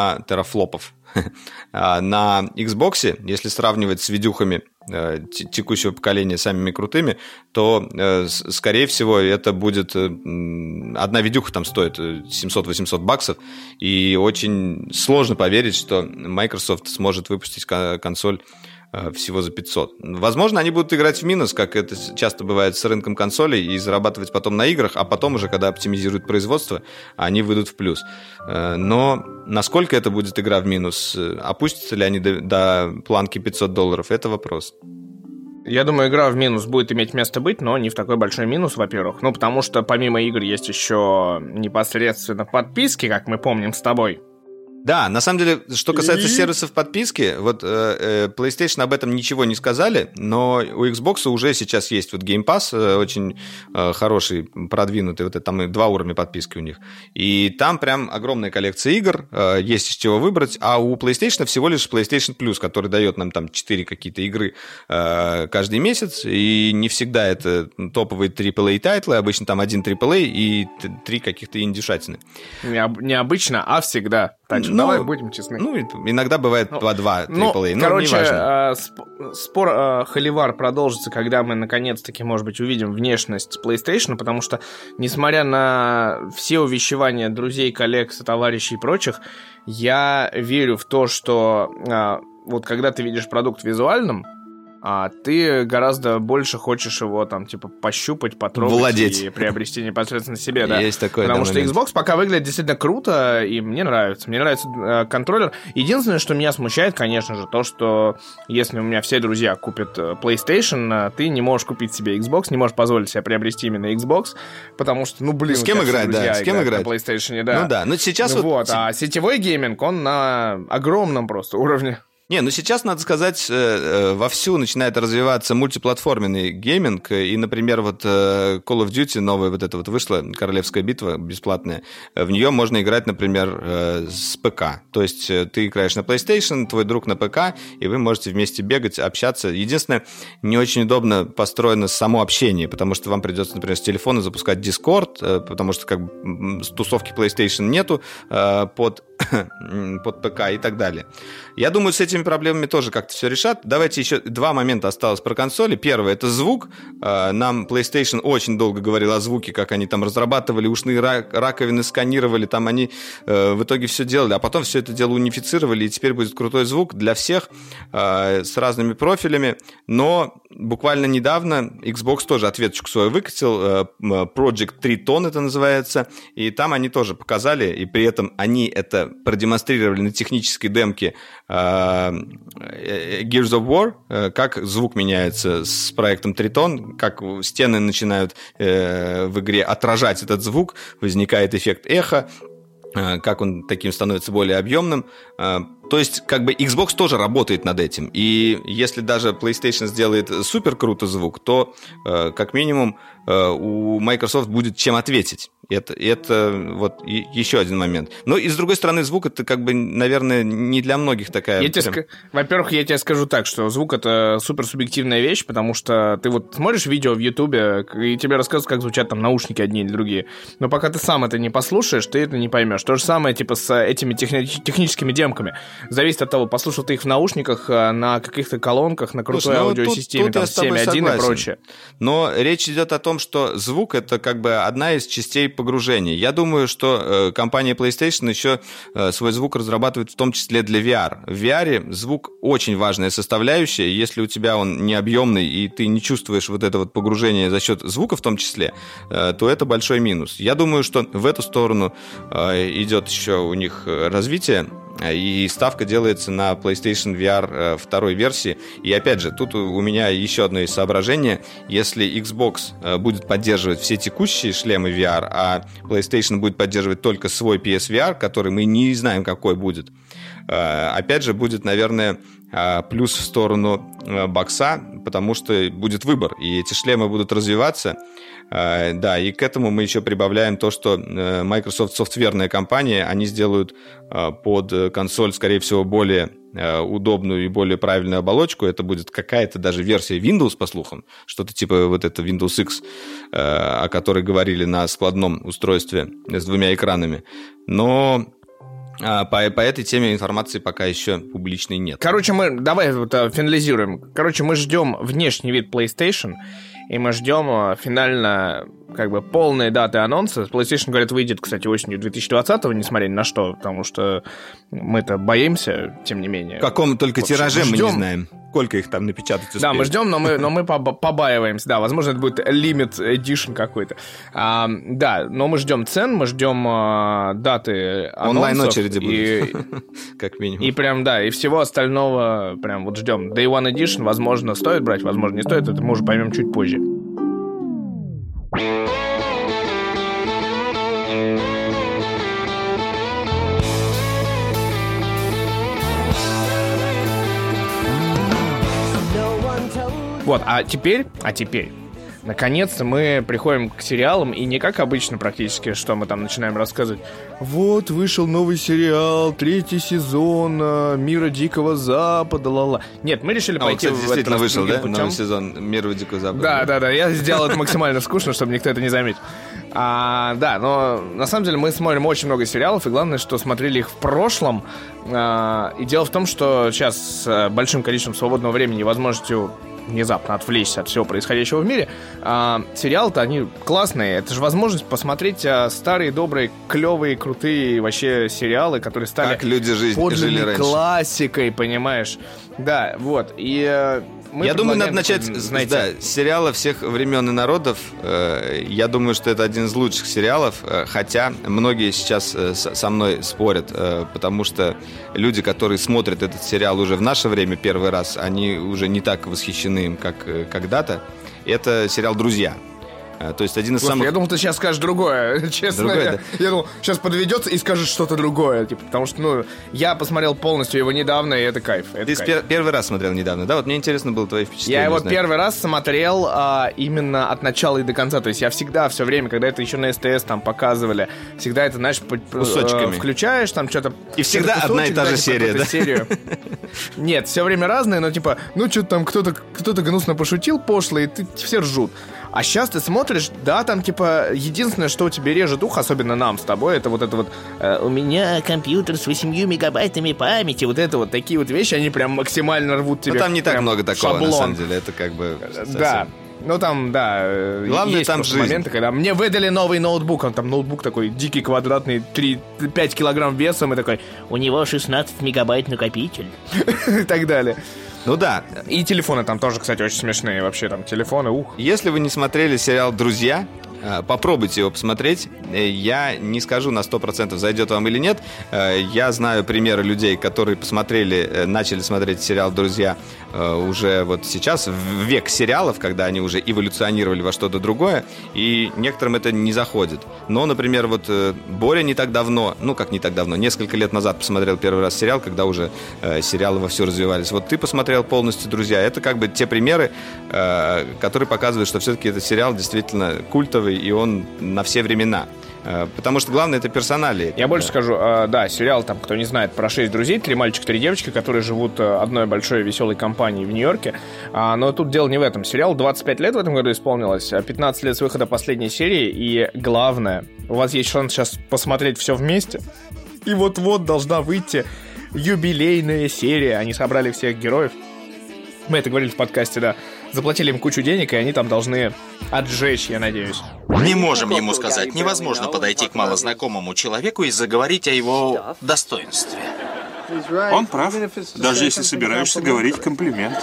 на Xbox, если сравнивать с видюхами текущего поколения самыми крутыми, то, скорее всего, это будет... Одна видюха там стоит $700-800, и очень сложно поверить, что Microsoft сможет выпустить консоль всего за 500. Возможно, они будут играть в минус, как это часто бывает с рынком консолей, и зарабатывать потом на играх, а потом уже, когда оптимизируют производство, они выйдут в плюс. Но насколько это будет игра в минус, опустятся ли они до планки $500, это вопрос. Я думаю, игра в минус будет иметь место быть, но не в такой большой минус, во-первых. Потому что помимо игр есть еще непосредственно подписки, как мы помним с тобой. Да, на самом деле, что касается сервисов подписки, вот PlayStation об этом ничего не сказали, но у Xbox уже сейчас есть вот Game Pass, очень хороший, продвинутый, вот это там 2 уровня подписки у них, и там прям огромная коллекция игр, есть из чего выбрать, а у PlayStation всего лишь PlayStation Plus, который дает нам там 4 какие-то игры каждый месяц, и не всегда это топовые AAA-тайтлы, обычно там 1 AAA и 3 каких-то индюшатины. Не обычно, а всегда. Так что давай будем честны. Ну, иногда бывает по 2 AAA, но короче, неважно. Спор холивар продолжится, когда мы наконец-таки, может быть, увидим внешность PlayStation, потому что, несмотря на все увещевания друзей, коллег, сотоварищей и прочих, я верю в то, что вот когда ты видишь продукт визуальным, ты гораздо больше хочешь его там, типа, пощупать, потрогать владеть. И приобрести непосредственно себе, да. Есть такой Потому что момент. Xbox пока выглядит действительно круто, и мне нравится. Мне нравится контроллер. Единственное, что меня смущает, конечно же, то, что если у меня все друзья купят PlayStation, ты не можешь купить себе Xbox, не можешь позволить себе приобрести именно Xbox, потому что, с кем играть, да, с кем играть? На PlayStation, да. Ну да, но сейчас вот. А сетевой гейминг, он на огромном просто уровне. Не, ну сейчас, надо сказать, вовсю начинает развиваться мультиплатформенный гейминг, и, например, вот Call of Duty новая вот эта вот вышла, Королевская битва бесплатная, в нее можно играть, например, с ПК, то есть ты играешь на PlayStation, твой друг на ПК, и вы можете вместе бегать, общаться. Единственное, не очень удобно построено само общение, потому что вам придется, например, с телефона запускать Discord, потому что как бы тусовки PlayStation нету под ПК и так далее. Я думаю, с этими проблемами тоже как-то все решат. Давайте еще 2 момента осталось про консоли. Первое – это звук. Нам PlayStation очень долго говорил о звуке, как они там разрабатывали ушные раковины, сканировали, там они в итоге все делали, а потом все это дело унифицировали, и теперь будет крутой звук для всех с разными профилями. Но буквально недавно Xbox тоже ответочку свою выкатил, Project Triton это называется, и там они тоже показали, и при этом они это продемонстрировали на технической демке Gears of War, как звук меняется с проектом Triton, как стены начинают в игре отражать этот звук, возникает эффект эхо, как он таким становится более объемным. То есть, как бы Xbox тоже работает над этим. И если даже PlayStation сделает супер круто звук, то, как минимум, у Microsoft будет чем ответить. Это вот еще один момент. Но и с другой стороны, звук это как бы, наверное, не для многих такая... Во-первых, я тебе скажу так, что звук это супер субъективная вещь, потому что ты вот смотришь видео в Ютубе, и тебе рассказывают, как звучат там наушники одни или другие. Но пока ты сам это не послушаешь, ты это не поймешь. То же самое типа с этими техническими демками. Зависит от того, послушал ты их в наушниках, на каких-то колонках, на крутой аудиосистеме, там 7.1 и прочее. Но речь идет о том, что звук это как бы одна из частей погружения. Я думаю, что компания PlayStation еще свой звук разрабатывает в том числе для VR. В VR звук очень важная составляющая. Если у тебя он необъемный, и ты не чувствуешь вот это вот погружение за счет звука в том числе, то это большой минус. Я думаю, что в эту сторону идет еще у них развитие. И ставка делается на PlayStation VR второй версии. И опять же, тут у меня еще одно из соображений. Если Xbox будет поддерживать все текущие шлемы VR, а PlayStation будет поддерживать только свой PSVR, который мы не знаем, какой будет, опять же, будет, наверное, плюс в сторону бокса, потому что будет выбор, и эти шлемы будут развиваться. Да, и к этому мы еще прибавляем то, что Microsoft софтверная компания, они сделают под консоль, скорее всего, более удобную и более правильную оболочку. Это будет какая-то даже версия Windows, по слухам, что-то типа вот это Windows X, о которой говорили на складном устройстве с 2 экранами. Но по этой теме информации пока еще публичной нет. Короче, давай финализируем. Короче, мы ждем внешний вид PlayStation, и мы ждем финально как бы полные даты анонса. PlayStation, говорят, выйдет, кстати, осенью 2020-го, несмотря ни на что, потому что мы-то боимся, тем не менее. В каком только тираже мы не знаем. Сколько их там напечатать успеют. Да, мы ждем, но мы побаиваемся. Да, возможно, это будет Limit Edition какой-то. Да, но мы ждем цен, мы ждем даты анонсов. Онлайн-очереди будут, как минимум. И прям, да, и всего остального прям вот ждем. Day One Edition, возможно, стоит брать, возможно, не стоит. Это мы уже поймем чуть позже. Вот, а теперь, наконец-то мы приходим к сериалам, и не как обычно практически, что мы там начинаем рассказывать. Вот, вышел новый сериал, 3-й сезон «Мира Дикого Запада», ла-ла. Нет, мы решили пойти кстати, в действительно этот раз вышел, да? путем. Новый сезон «Мира Дикого Запада». Да, я сделал это максимально скучно, чтобы никто это не заметил. Да, но на самом деле мы смотрим очень много сериалов, и главное, что смотрели их в прошлом. И дело в том, что сейчас с большим количеством свободного времени и возможностью внезапно отвлечься от всего происходящего в мире, сериалы-то, они классные. Это же возможность посмотреть старые, добрые, клевые, крутые вообще сериалы, которые стали как люди жили раньше. Классикой, понимаешь? Да, вот. И я думаю, надо начать с сериала всех времен и народов. Я думаю, что это один из лучших сериалов, хотя многие сейчас со мной спорят, потому что люди, которые смотрят этот сериал уже в наше время первый раз, они уже не так восхищены им, как когда-то. Это сериал «Друзья». То есть один из самых... Я думал, ты сейчас скажешь другое, честно. Другое, да? Я думал, сейчас подведется и скажет что-то другое. Типа, потому что, я посмотрел полностью его недавно, и это кайф. Ты первый раз смотрел недавно, да? Вот мне интересно было твои впечатления. Я его первый раз смотрел именно от начала и до конца. То есть я всегда, все время, когда это еще на СТС там показывали, всегда это, знаешь, включаешь, там что-то... И всегда одна и та же серия, да? Серию. Нет, все время разные, но типа, что-то там кто-то гнусно пошутил пошло, и все ржут. А сейчас ты смотришь, да, там, типа, единственное, что тебе режет ухо, особенно нам с тобой, это вот у меня компьютер с 8 мегабайтами памяти, вот это вот, такие вот вещи, они прям максимально рвут тебе. Ну, там не так много такого, шаблон. На самом деле, это как бы... Да. Ну, там, да, главное, есть там жизнь. Моменты, когда мне выдали новый ноутбук, он там ноутбук такой дикий, квадратный, 5 килограмм весом, и такой, у него 16 мегабайт накопитель. И так далее. Ну да. И телефоны там тоже, кстати, очень смешные. Вообще там телефоны, ух. Если вы не смотрели сериал «Друзья», попробуйте его посмотреть. Я не скажу на 100%, зайдет вам или нет. Я знаю примеры людей, которые начали смотреть сериал «Друзья» уже вот сейчас, в век сериалов, когда они уже эволюционировали во что-то другое, и некоторым это не заходит. Но, например, вот Боря не так давно, несколько лет назад посмотрел первый раз сериал, когда уже сериалы вовсю развивались. Вот ты посмотрел полностью «Друзья». Это как бы те примеры, которые показывают, что все-таки этот сериал действительно культовый, и он на все времена. Потому что главное — это персонали. Я больше скажу, да, сериал, там, кто не знает, про 6 друзей, 3 мальчика, 3 девочки, которые живут одной большой веселой компанией в Нью-Йорке. Но тут дело не в этом. Сериал 25 лет в этом году исполнилось, 15 лет с выхода последней серии, и главное, у вас есть шанс сейчас посмотреть все вместе, и вот-вот должна выйти юбилейная серия. Они собрали всех героев. Мы это говорили в подкасте, да. Заплатили им кучу денег, и они там должны отжечь, я надеюсь. Не можем ему сказать. Невозможно подойти к малознакомому человеку и заговорить о его достоинстве. Он прав, даже если собираешься говорить комплимент.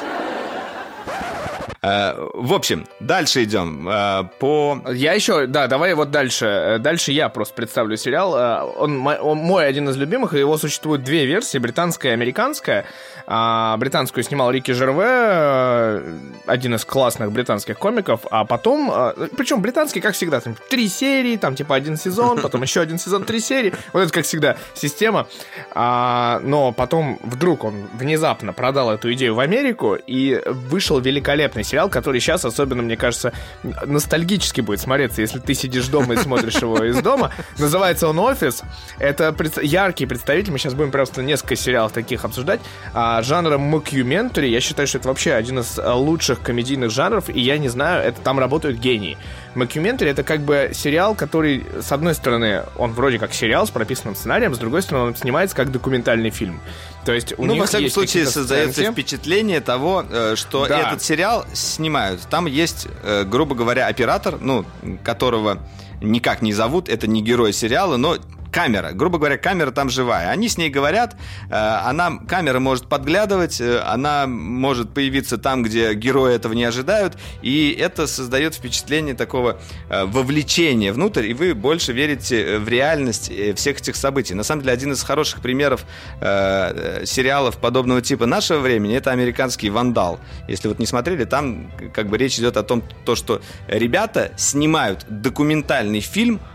В общем, дальше идем. Я еще, да, давай вот дальше. Дальше я просто представлю сериал. Он мой один из любимых, и его существует 2 версии, британская и американская. Британскую снимал Рики Жерве, один из классных британских комиков, а потом, причем британский, как всегда, там 3 серии, там типа 1 сезон, потом еще 1 сезон, 3 серии. Вот это, как всегда, система. Но потом вдруг он внезапно продал эту идею в Америку, и вышел великолепный сериал, который сейчас особенно, мне кажется, ностальгически будет смотреться, если ты сидишь дома и смотришь его из дома. Называется он «Офис». Это яркий представитель, мы сейчас будем просто несколько сериалов таких обсуждать, жанра мокюментари. Я считаю, что это вообще один из лучших комедийных жанров, и я не знаю, это там работают гении. Мокюментари — это как бы сериал, который, с одной стороны, он вроде как сериал с прописанным сценарием, с другой стороны, он снимается как документальный фильм. То есть у них во всяком есть случае, создается впечатление того, что этот сериал снимают. Там есть, грубо говоря, оператор, которого никак не зовут, это не герой сериала, но камера, грубо говоря, камера там живая. Они с ней говорят, камера может подглядывать, она может появиться там, где герои этого не ожидают, и это создает впечатление такого вовлечения внутрь, и вы больше верите в реальность всех этих событий. На самом деле, один из хороших примеров сериалов подобного типа нашего времени — это американский «Вандал». Если вот не смотрели, там как бы речь идет о том, что ребята снимают документальный фильм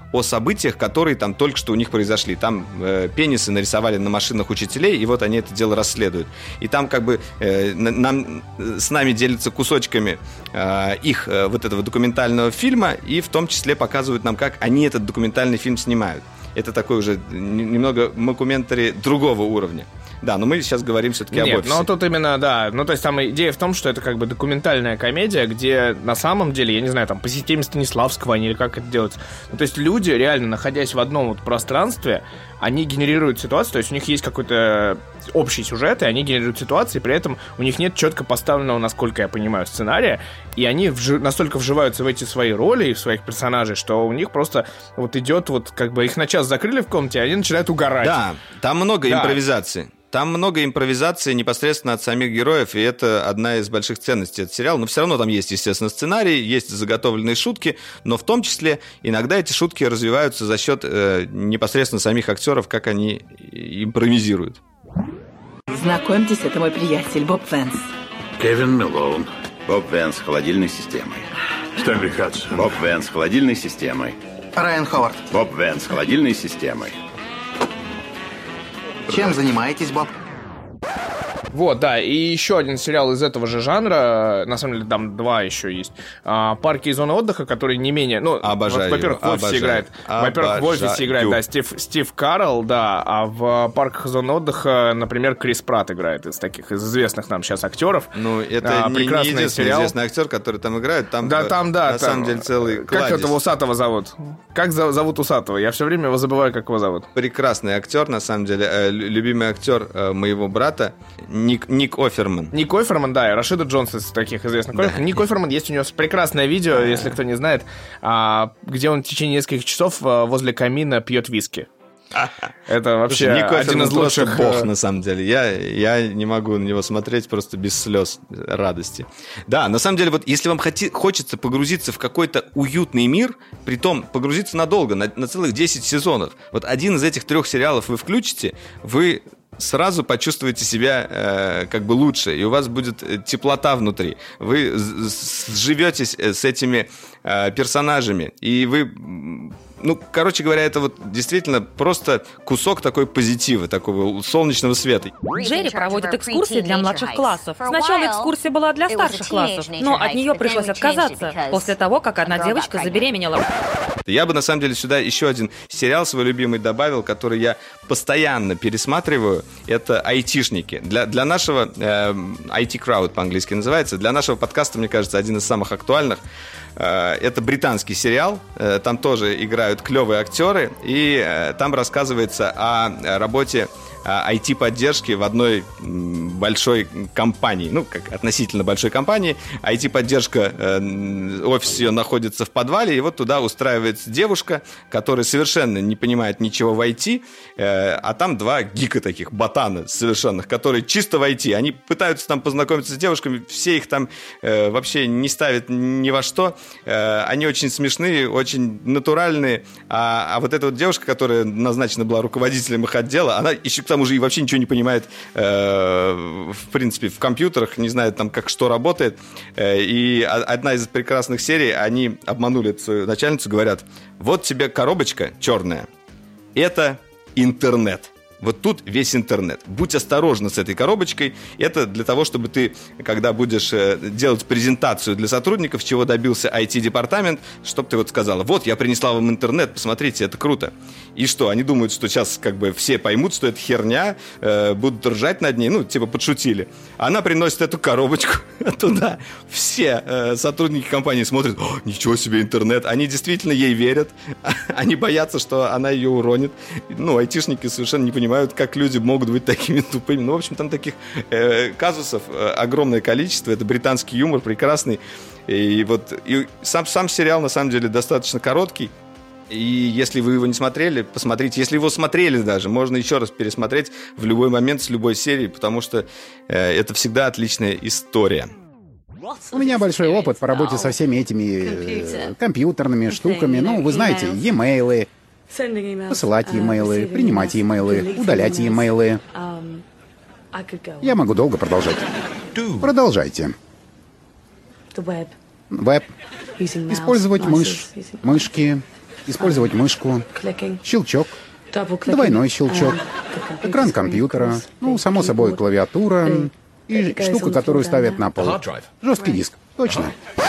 о событиях, которые там только что у них произошли. Там пенисы нарисовали на машинах учителей, и вот они это дело расследуют. И там как бы с нами делятся кусочками их вот этого документального фильма, и в том числе показывают нам, как они этот документальный фильм снимают. Это такой уже немного мокументари другого уровня. Да, но мы сейчас говорим все-таки об офисе. Нет, ну тут именно, да. Ну, то есть там идея в том, что это как бы документальная комедия, где на самом деле, я не знаю, там, по системе Станиславского или как это делается. Ну, то есть люди, реально, находясь в одном вот пространстве, они генерируют ситуацию, то есть у них есть какой-то общий сюжет, и они генерируют ситуации, при этом у них нет четко поставленного, насколько я понимаю, сценария, и они настолько вживаются в эти свои роли и в своих персонажей, что у них просто вот идет вот как бы их на час закрыли в комнате, и они начинают угорать. Да, там много импровизации. Там много импровизации непосредственно от самих героев, и это одна из больших ценностей этого сериала. Но все равно там есть, естественно, сценарий, есть заготовленные шутки, но в том числе иногда эти шутки развиваются за счет непосредственно самих актеров, как они импровизируют. Знакомьтесь, это мой приятель Боб Венс. Кевин Мэлоун. Боб Венс с холодильной системой. Стэнли Хадсон. Боб Венс с холодильной системой. Райан Ховард. Боб Венс с холодильной системой. Чем занимаетесь, Боб? Вот, да, и еще один сериал из этого же жанра, на самом деле там два еще есть. «Парки и зоны отдыха», который не менее... Ну, обожаю во-первых, в офисе играет. Во-первых, в офисе играет, да, Стив Карелл, да, а в «Парках и зоны отдыха», например, Крис Пратт играет из таких, из известных нам сейчас актеров. Ну, это не единственный сериал. Известный актер, который там играет. Там, да, там, да. На самом деле целый кладезь. Как этого Усатого зовут? Как зовут Усатого? Я все время его забываю, как его зовут. Прекрасный актер, на самом деле. Любимый актер моего брата Ник Офферман. Ник Офферман, да, и Рашида Джонс из таких известных. Да. Ник Офферман, есть у него прекрасное видео, если кто не знает, где он в течение нескольких часов возле камина пьет виски. Это вообще один из лучших... бог, на самом деле. Я не могу на него смотреть просто без слез радости. Да, на самом деле, вот если вам хочется погрузиться в какой-то уютный мир, притом погрузиться надолго, на целых 10 сезонов, вот один из этих 3 сериалов вы включите, вы сразу почувствуете себя как бы лучше, и у вас будет теплота внутри. Вы сживетесь с этими персонажами, и вы... Ну, короче говоря, это вот действительно просто кусок такой позитива, такого солнечного света. Джерри проводит экскурсии для младших классов. Сначала экскурсия была для старших классов, но от нее пришлось отказаться после того, как одна девочка забеременела. Я бы, на самом деле, сюда еще один сериал свой любимый добавил, который я постоянно пересматриваю. Это «Айтишники». Для нашего IT-крауд по-английски называется. Для нашего подкаста, мне кажется, один из самых актуальных. Это британский сериал, там тоже играют клевые актеры, и там рассказывается о работе IT-поддержки в одной большой компании, ну, как относительно большой компании. IT-поддержка, офис ее находится в подвале, и вот туда устраивается девушка, которая совершенно не понимает ничего в IT, а там 2 гика таких, ботана совершенных, которые чисто в IT. Они пытаются там познакомиться с девушками, все их там вообще не ставят ни во что. Они очень смешные, очень натуральные. А вот эта вот девушка, которая назначена была руководителем их отдела, она еще к тому же и вообще ничего не понимает, в принципе, в компьютерах, не знает там, как что работает. И одна из прекрасных серий, они обманули свою начальницу, говорят: вот тебе коробочка черная, это интернет. Вот тут весь интернет. Будь осторожна с этой коробочкой. Это для того, чтобы ты, когда будешь делать презентацию для сотрудников, чего добился IT-департамент, чтобы ты вот сказала: вот, я принесла вам интернет, посмотрите, это круто. И что, они думают, что сейчас как бы все поймут, что это херня, будут ржать над ней, ну, типа подшутили. Она приносит эту коробочку туда. Все сотрудники компании смотрят: о, ничего себе, интернет. Они действительно ей верят. Они боятся, что она ее уронит. Ну, айтишники совершенно не понимают, как люди могут быть такими тупыми. Ну, в общем, там таких казусов огромное количество. Это британский юмор прекрасный. И вот и сам сериал, на самом деле, достаточно короткий. И если вы его не смотрели, посмотрите. Если его смотрели даже, можно еще раз пересмотреть в любой момент с любой серии, потому что это всегда отличная история. У меня большой опыт по работе со всеми этими компьютерными штуками. Ну, вы знаете, e-mail'ы, посылать e-mail'ы, принимать e-mail'ы, удалять e-mail'ы. Я могу долго продолжать. Продолжайте. Веб. Использовать мышки, использовать мышку, щелчок, двойной щелчок, экран компьютера, само собой, клавиатура и штука, которую ставят на пол. Жесткий диск, точно.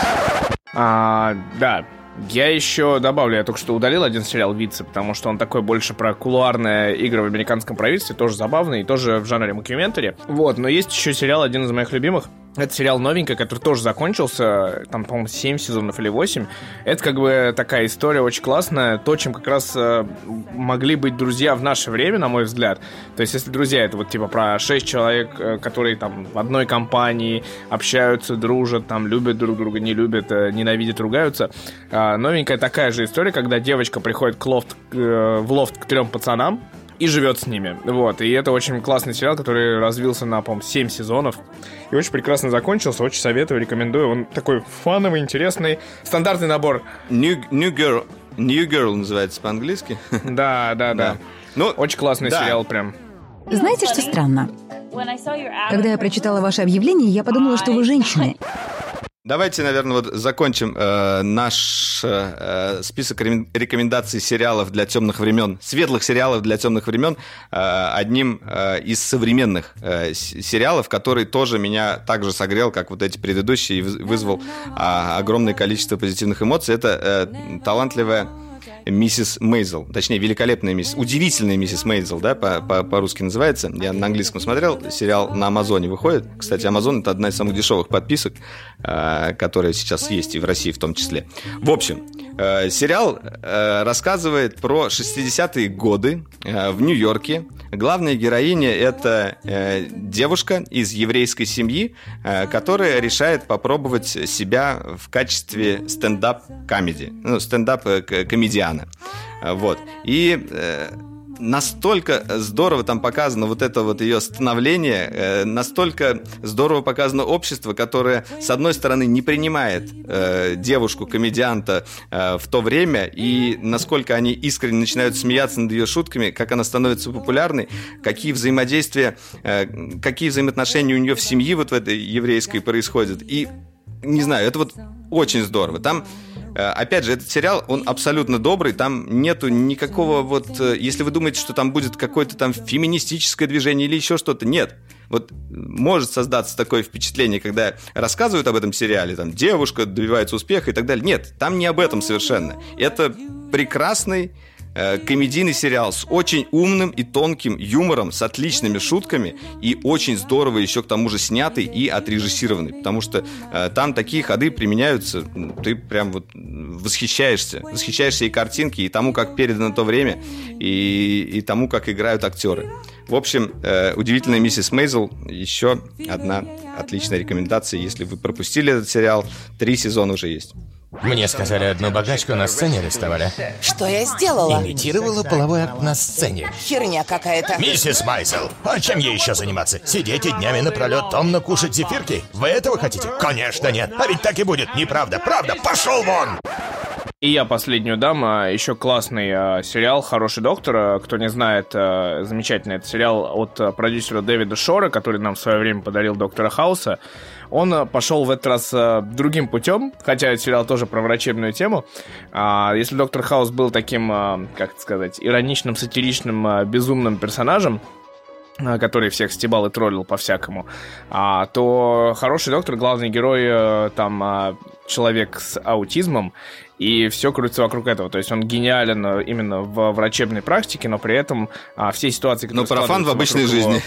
Да. Я еще добавлю, я только что удалил один сериал «Вице», потому что он такой больше про кулуарные игры в американском правительстве, тоже забавный, и тоже в жанре мокюментари. Но есть еще сериал, один из моих любимых. Это сериал новенький, который тоже закончился, там, по-моему, 7 сезонов или 8. Это как бы такая история очень классная, то, чем как раз могли быть друзья в наше время, на мой взгляд. То есть, если друзья, это вот типа про 6 человек, которые там в одной компании общаются, дружат, там, любят друг друга, не любят, ненавидят, ругаются. Новенькая такая же история, когда девочка приходит в лофт к 3 пацанам и живет с ними. И это очень классный сериал, который развился на, по-моему, 7 сезонов. И очень прекрасно закончился. Очень советую, рекомендую. Он такой фановый, интересный, стандартный набор. New Girl называется по-английски. Да. Очень классный сериал прям. Знаете, что странно? Когда я прочитала ваше объявление, я подумала, что вы женщины. Давайте, наверное, закончим наш список рекомендаций сериалов для темных времен, светлых сериалов для темных времен, одним из современных сериалов, который тоже меня так же согрел, как вот эти предыдущие, и вызвал огромное количество позитивных эмоций. Это талантливая миссис Мейзел, точнее, великолепная миссис, удивительная миссис Мейзел, да, по-русски называется. Я на английском смотрел, сериал на Амазоне выходит. Кстати, Амазон — это одна из самых дешевых подписок, которая сейчас есть и в России в том числе. В общем, сериал рассказывает про 60-е годы в Нью-Йорке. Главная героиня — это девушка из еврейской семьи, которая решает попробовать себя в качестве стендап-комедии, стендап-комедиана. И настолько здорово там показано вот это вот ее становление, настолько здорово показано общество, которое, с одной стороны, не принимает девушку-комедианта в то время, и насколько они искренне начинают смеяться над ее шутками, как она становится популярной, какие взаимоотношения у нее в семье вот в этой еврейской происходят. И, не знаю, это вот очень здорово. Там, опять же, этот сериал, он абсолютно добрый, там нету никакого если вы думаете, что там будет какое-то там феминистическое движение или еще что-то, нет. Может создаться такое впечатление, когда рассказывают об этом сериале, там, девушка добивается успеха и так далее. Нет, там не об этом совершенно. Это прекрасный комедийный сериал с очень умным и тонким юмором, с отличными шутками и очень здорово еще к тому же снятый и отрежиссированный, потому что там такие ходы применяются, ты прям восхищаешься и картинке, и тому, как передано то время, и тому, как играют актеры. В общем, «Удивительная миссис Мейзел» еще одна отличная рекомендация, если вы пропустили этот сериал, 3 сезона уже есть. Мне сказали, одну богачку на сцене арестовали. Что я сделала? Имитировала половой акт на сцене. Херня какая-то. Миссис Мейзел, а чем ей еще заниматься? Сидеть и днями напролет томно кушать зефирки? Вы этого хотите? Конечно нет. А ведь так и будет. Неправда. Правда. Пошел вон! И я последнюю дам. Еще классный сериал «Хороший доктор». Кто не знает, замечательный это сериал от продюсера Дэвида Шора, который нам в свое время подарил «Доктора Хауса». Он пошел в этот раз другим путем, хотя этот сериал тоже про врачебную тему. Если «Доктор Хаус» был таким, ироничным, сатиричным, безумным персонажем, который всех стебал и троллил по-всякому, то «Хороший доктор», главный герой, там человек с аутизмом, и все крутится вокруг этого. То есть он гениален именно в врачебной практике, но при этом все ситуации, которые профан в обычной жизни.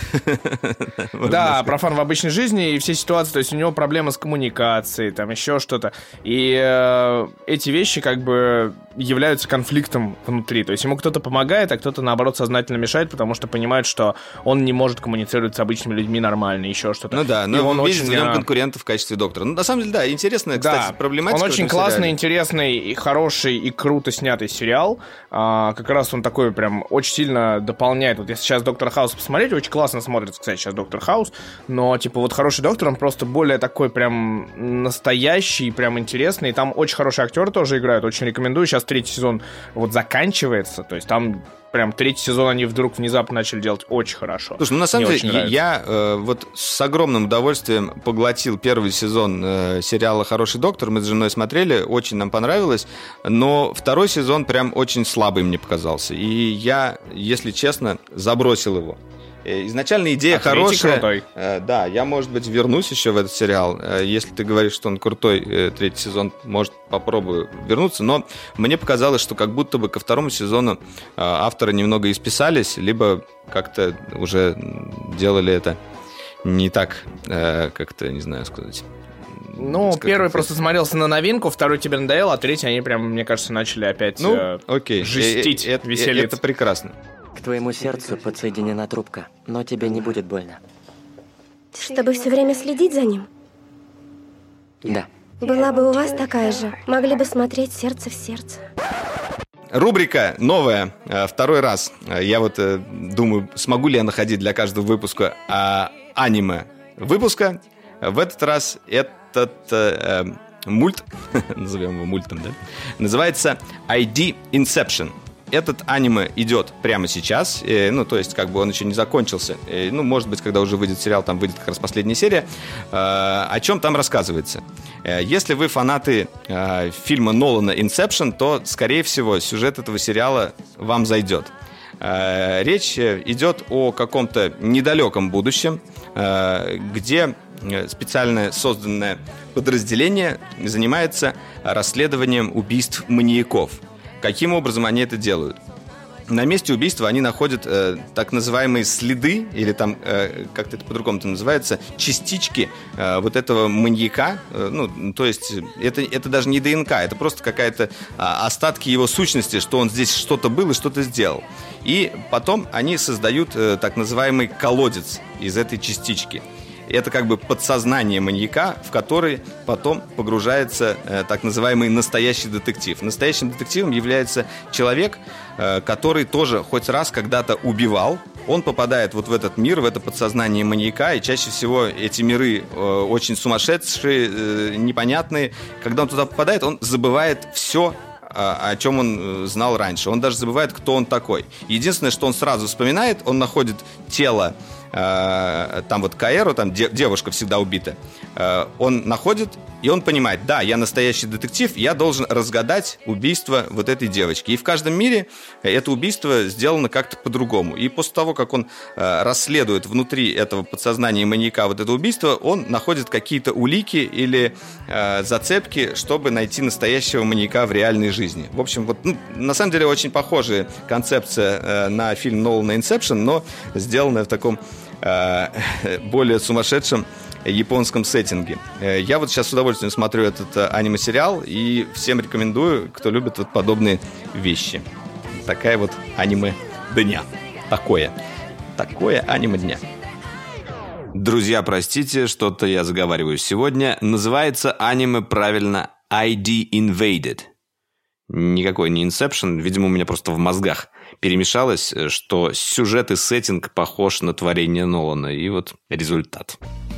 Да, профан в обычной жизни, и все ситуации, то есть у него проблемы с коммуникацией, там еще что-то. И эти вещи как бы являются конфликтом внутри. То есть ему кто-то помогает, а кто-то, наоборот, сознательно мешает, потому что понимает, что он не может коммуницировать с обычными людьми нормально, еще что-то. Ну да, но он видит в нем конкурента в качестве доктора. Ну, на самом деле, да, интересная, кстати, проблематика. Он очень классный, интересный, и хороший, и круто снятый сериал. Как раз он такой прям очень сильно дополняет. Вот если сейчас «Доктор Хаус» посмотреть, очень классно смотрится, кстати, сейчас «Доктор Хаус», но, «Хороший доктор», он просто более такой прям настоящий, прям интересный. И там очень хорошие актеры тоже играют, очень рекомендую. Сейчас 3-й сезон заканчивается, то есть там прям третий сезон они вдруг внезапно начали делать очень хорошо. Слушай, на самом деле, я вот с огромным удовольствием поглотил первый сезон сериала «Хороший доктор». Мы с женой смотрели, очень нам понравилось. Но второй сезон прям очень слабый мне показался. И я, если честно, забросил его. Изначально идея хорошая. Крутой. Да, я, может быть, вернусь еще в этот сериал. Если ты говоришь, что он крутой, третий сезон, может, попробую вернуться. Но мне показалось, что как будто бы ко второму сезону авторы немного исписались, либо как-то уже делали это не так, как-то, не знаю сказать. Ну, первый просто смотрелся на новинку, второй тебе надоел, а третий они прям, мне кажется, начали опять жестить, веселиться. Это прекрасно. К твоему сердцу подсоединена трубка, но тебе не будет больно. Чтобы все время следить за ним? Да. Была бы у вас такая же. Могли бы смотреть сердце в сердце. Рубрика новая, второй раз. Я вот думаю, смогу ли я находить для каждого выпуска аниме выпуска. В этот раз этот мульт, назовем его мультом, да, называется ID Inception. Этот аниме идет прямо сейчас, ну, то есть, как бы он еще не закончился. Ну, может быть, когда уже выйдет сериал, там выйдет как раз последняя серия. О чем там рассказывается? Если вы фанаты фильма Нолана «Инсепшн», то, скорее всего, сюжет этого сериала вам зайдет. Речь идет о каком-то недалеком будущем, где специально созданное подразделение занимается расследованием убийств маньяков. Каким образом они это делают? На месте убийства они находят так называемые следы, или там, как-то это по-другому называется, частички вот этого маньяка. Ну, то есть это даже не ДНК, это просто какая-то остатки его сущности, что он здесь что-то был и что-то сделал. И потом они создают так называемый колодец из этой частички. Это как бы подсознание маньяка, в который потом погружается так называемый настоящий детектив. Настоящим детективом является человек, который тоже хоть раз когда-то убивал. Он попадает вот в этот мир, в это подсознание маньяка, и чаще всего эти миры очень сумасшедшие, непонятные. Когда он туда попадает, он забывает все, о чем он знал раньше. Он даже забывает, кто он такой. Единственное, что он сразу вспоминает, он находит тело, там вот Каэру, там девушка всегда убита, он находит, и он понимает, да, я настоящий детектив, я должен разгадать убийство вот этой девочки. И в каждом мире это убийство сделано как-то по-другому. И после того, как он расследует внутри этого подсознания маньяка вот это убийство, он находит какие-то улики или зацепки, чтобы найти настоящего маньяка в реальной жизни. В общем, вот, ну, на самом деле очень похожая концепция на фильм Нолана «Инсепшн», но сделанная в таком более сумасшедшем японском сеттинге. Я вот сейчас с удовольствием смотрю этот аниме-сериал и всем рекомендую, кто любит вот подобные вещи. Такая вот аниме дня. Такое аниме дня. Друзья, простите, что-то я заговариваюсь сегодня. Называется аниме правильно ID Invaded. Никакой не Inception, видимо, у меня просто в мозгах перемешалось, что сюжет и сеттинг похож на творение Нолана. И вот результат.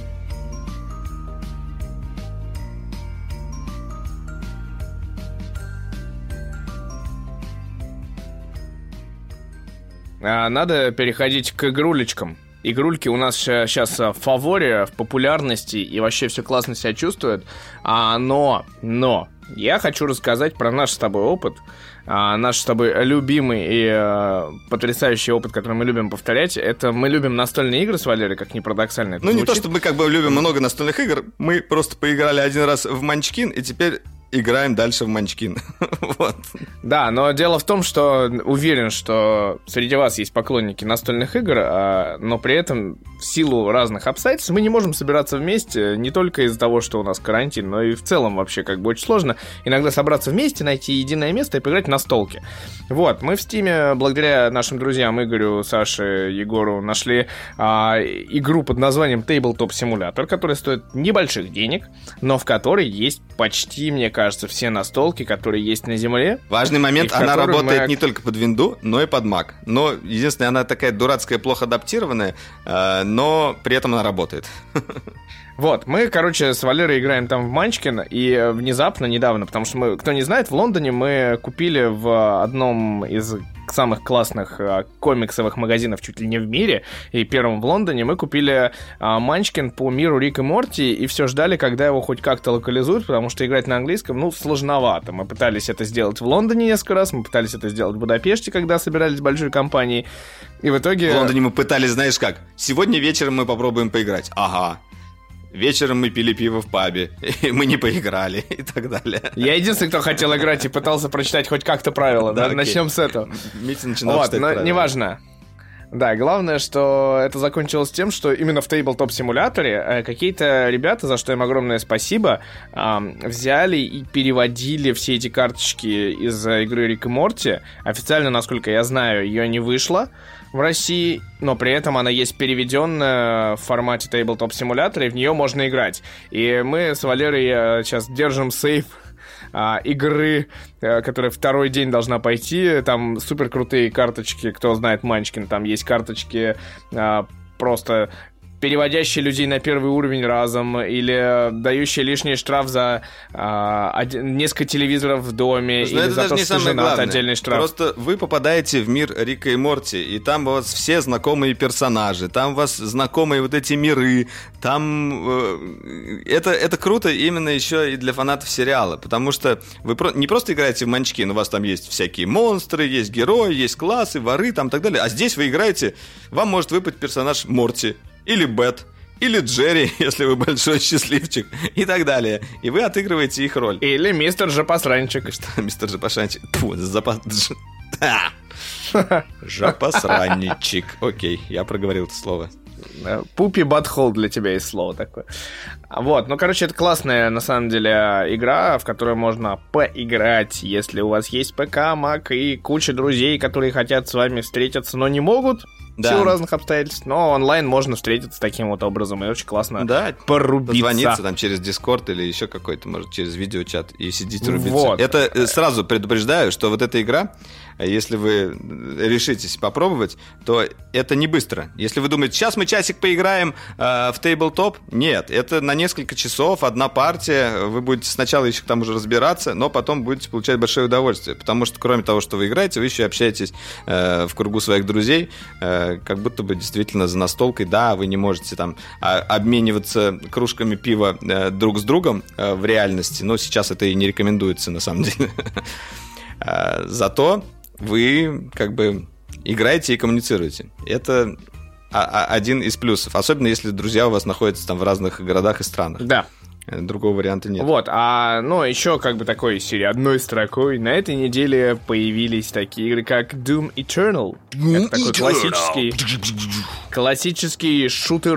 Надо переходить к игрулечкам. Игрульки у нас сейчас в фаворе, в популярности, и вообще все классно себя чувствуют. Но я хочу рассказать про наш с тобой опыт. Наш с тобой любимый и потрясающий опыт, который мы любим повторять. Это мы любим настольные игры с Валерой, как ни парадоксально это звучит. Не то, что мы как бы любим много настольных игр. Мы просто поиграли один раз в Манчкин, и теперь играем дальше в Манчкин. Вот. Да, но дело в том, что уверен, что среди вас есть поклонники настольных игр, но при этом в силу разных обстоятельств мы не можем собираться вместе, не только из-за того, что у нас карантин, но и в целом вообще как бы очень сложно иногда собраться вместе, найти единое место и поиграть на столке. Вот, мы в Стиме, благодаря нашим друзьям Игорю, Саше, Егору, нашли игру под названием Tabletop Simulator, которая стоит небольших денег, но в которой есть почти, мне кажется, все настолки, которые есть на Земле. Важный момент, она работает не только под Windows, но и под Mac. Но, единственное, она такая дурацкая, плохо адаптированная, но при этом она работает. Вот, мы, короче, с Валерой играем там в Манчкин, и внезапно, недавно, потому что мы, кто не знает, в Лондоне мы купили в одном из самых классных комиксовых магазинов чуть ли не в мире, и первым в Лондоне, мы купили Манчкин по миру Рик и Морти, и все ждали, когда его хоть как-то локализуют, потому что играть на английском, сложновато. Мы пытались это сделать в Лондоне несколько раз, мы пытались это сделать в Будапеште, когда собирались большой компанией, и в итоге... В Лондоне мы пытались, знаешь как, сегодня вечером мы попробуем поиграть. Ага. Вечером мы пили пиво в пабе, и мы не поиграли, и так далее. Я единственный, кто хотел играть и пытался прочитать хоть как-то правила. Да, начнем с этого. Митя начинал читать правила. Неважно. Да, главное, что это закончилось тем, что именно в Tabletop симуляторе какие-то ребята, за что им огромное спасибо, взяли и переводили все эти карточки из игры Рик и Морти. Официально, насколько я знаю, ее не вышло в России, но при этом она есть переведенная в формате Tabletop симулятора, и в нее можно играть. И мы с Валерой сейчас держим сейв игры, которая второй день должна пойти. Там супер крутые карточки, кто знает Манчкин, там есть карточки просто переводящие людей на первый уровень разом, или дающие лишний штраф за несколько телевизоров в доме, или за то, что женат, отдельный штраф. Просто вы попадаете в мир Рика и Морти, и там у вас все знакомые персонажи, там у вас знакомые вот эти миры, там... Это круто именно еще и для фанатов сериала, потому что вы не просто играете в Манчкин, у вас там есть всякие монстры, есть герои, есть классы, воры, там и так далее, а здесь вы играете, вам может выпасть персонаж Морти, или Бет, или Джерри, если вы большой счастливчик, и так далее. И вы отыгрываете их роль. Или мистер Жопосранчик. Что, мистер Жопосранчик? Жопосранничек. Окей, я проговорил это слово. Пупи Батхол для тебя есть слово такое. Вот, это классная, на самом деле, игра, в которую можно поиграть, если у вас есть ПК, Mac и куча друзей, которые хотят с вами встретиться, но не могут. В силу разных обстоятельств, но онлайн можно встретиться таким вот образом, и очень классно порубиться. Позвониться там через Discord или еще какой-то, может, через видеочат, и сидеть рубиться. Это сразу предупреждаю, что вот эта игра, если вы решитесь попробовать, то это не быстро. Если вы думаете, сейчас мы часик поиграем в Tabletop, нет, это на несколько часов, одна партия, вы будете сначала еще к тому же разбираться, но потом будете получать большое удовольствие, потому что кроме того, что вы играете, вы еще общаетесь в кругу своих друзей, как будто бы действительно за настолкой. Да, вы не можете там обмениваться кружками пива друг с другом в реальности, но сейчас это и не рекомендуется на самом деле. Зато вы как бы играете и коммуницируете. Это один из плюсов, особенно если друзья у вас находятся там в разных городах и странах. Да. Другого варианта нет. Вот, еще как бы такой серии одной строкой. На этой неделе появились такие игры, как Doom Eternal. Это такой классический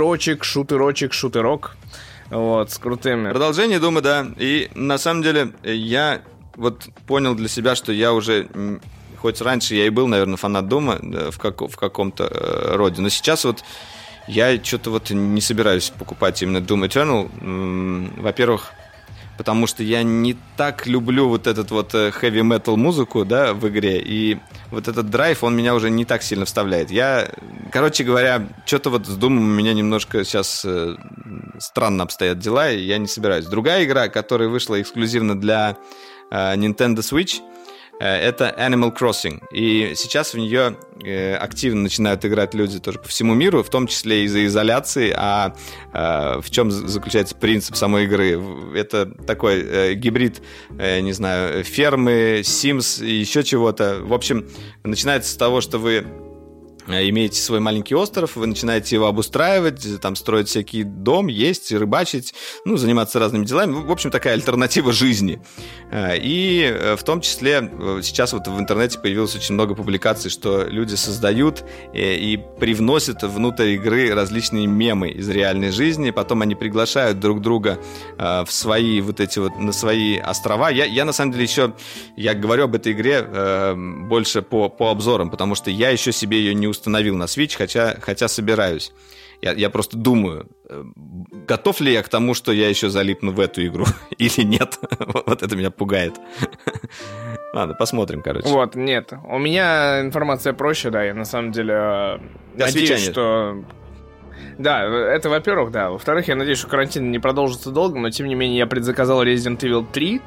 шутерок. Вот, с крутыми. Продолжение Дума, да. И на самом деле я вот понял для себя, что я уже... Хоть раньше я и был, наверное, фанат Дума в каком-то роде, но сейчас вот я что-то вот не собираюсь покупать именно Doom Eternal. Во-первых, потому что я не так люблю вот этот вот heavy metal музыку, да, в игре, и вот этот драйв, он меня уже не так сильно вставляет. Короче говоря, что-то вот с Doom у меня немножко сейчас странно обстоят дела, и я не собираюсь. Другая игра, которая вышла эксклюзивно для Nintendo Switch, это Animal Crossing. И сейчас в нее активно начинают играть люди тоже по всему миру, в том числе из-за изоляции. А в чем заключается принцип самой игры? Это такой гибрид, не знаю, фермы, Sims и еще чего-то. В общем, начинается с того, что вы имеете свой маленький остров, вы начинаете его обустраивать, там строить всякий дом, есть, рыбачить, заниматься разными делами. В общем, такая альтернатива жизни. И в том числе сейчас вот в интернете появилось очень много публикаций, что люди создают и привносят внутрь игры различные мемы из реальной жизни, потом они приглашают друг друга в свои вот эти вот, на свои острова. Я на самом деле еще, я говорю об этой игре больше по обзорам, потому что я еще себе ее не установил на Switch, хотя собираюсь. Я просто думаю, готов ли я к тому, что я еще залипну в эту игру или нет. Вот это меня пугает. Ладно, посмотрим, короче. Вот, нет. У меня информация проще, да, я на самом деле надеюсь, что... Да, это во-первых, да. Во-вторых, я надеюсь, что карантин не продолжится долго, но тем не менее я предзаказал Resident Evil 3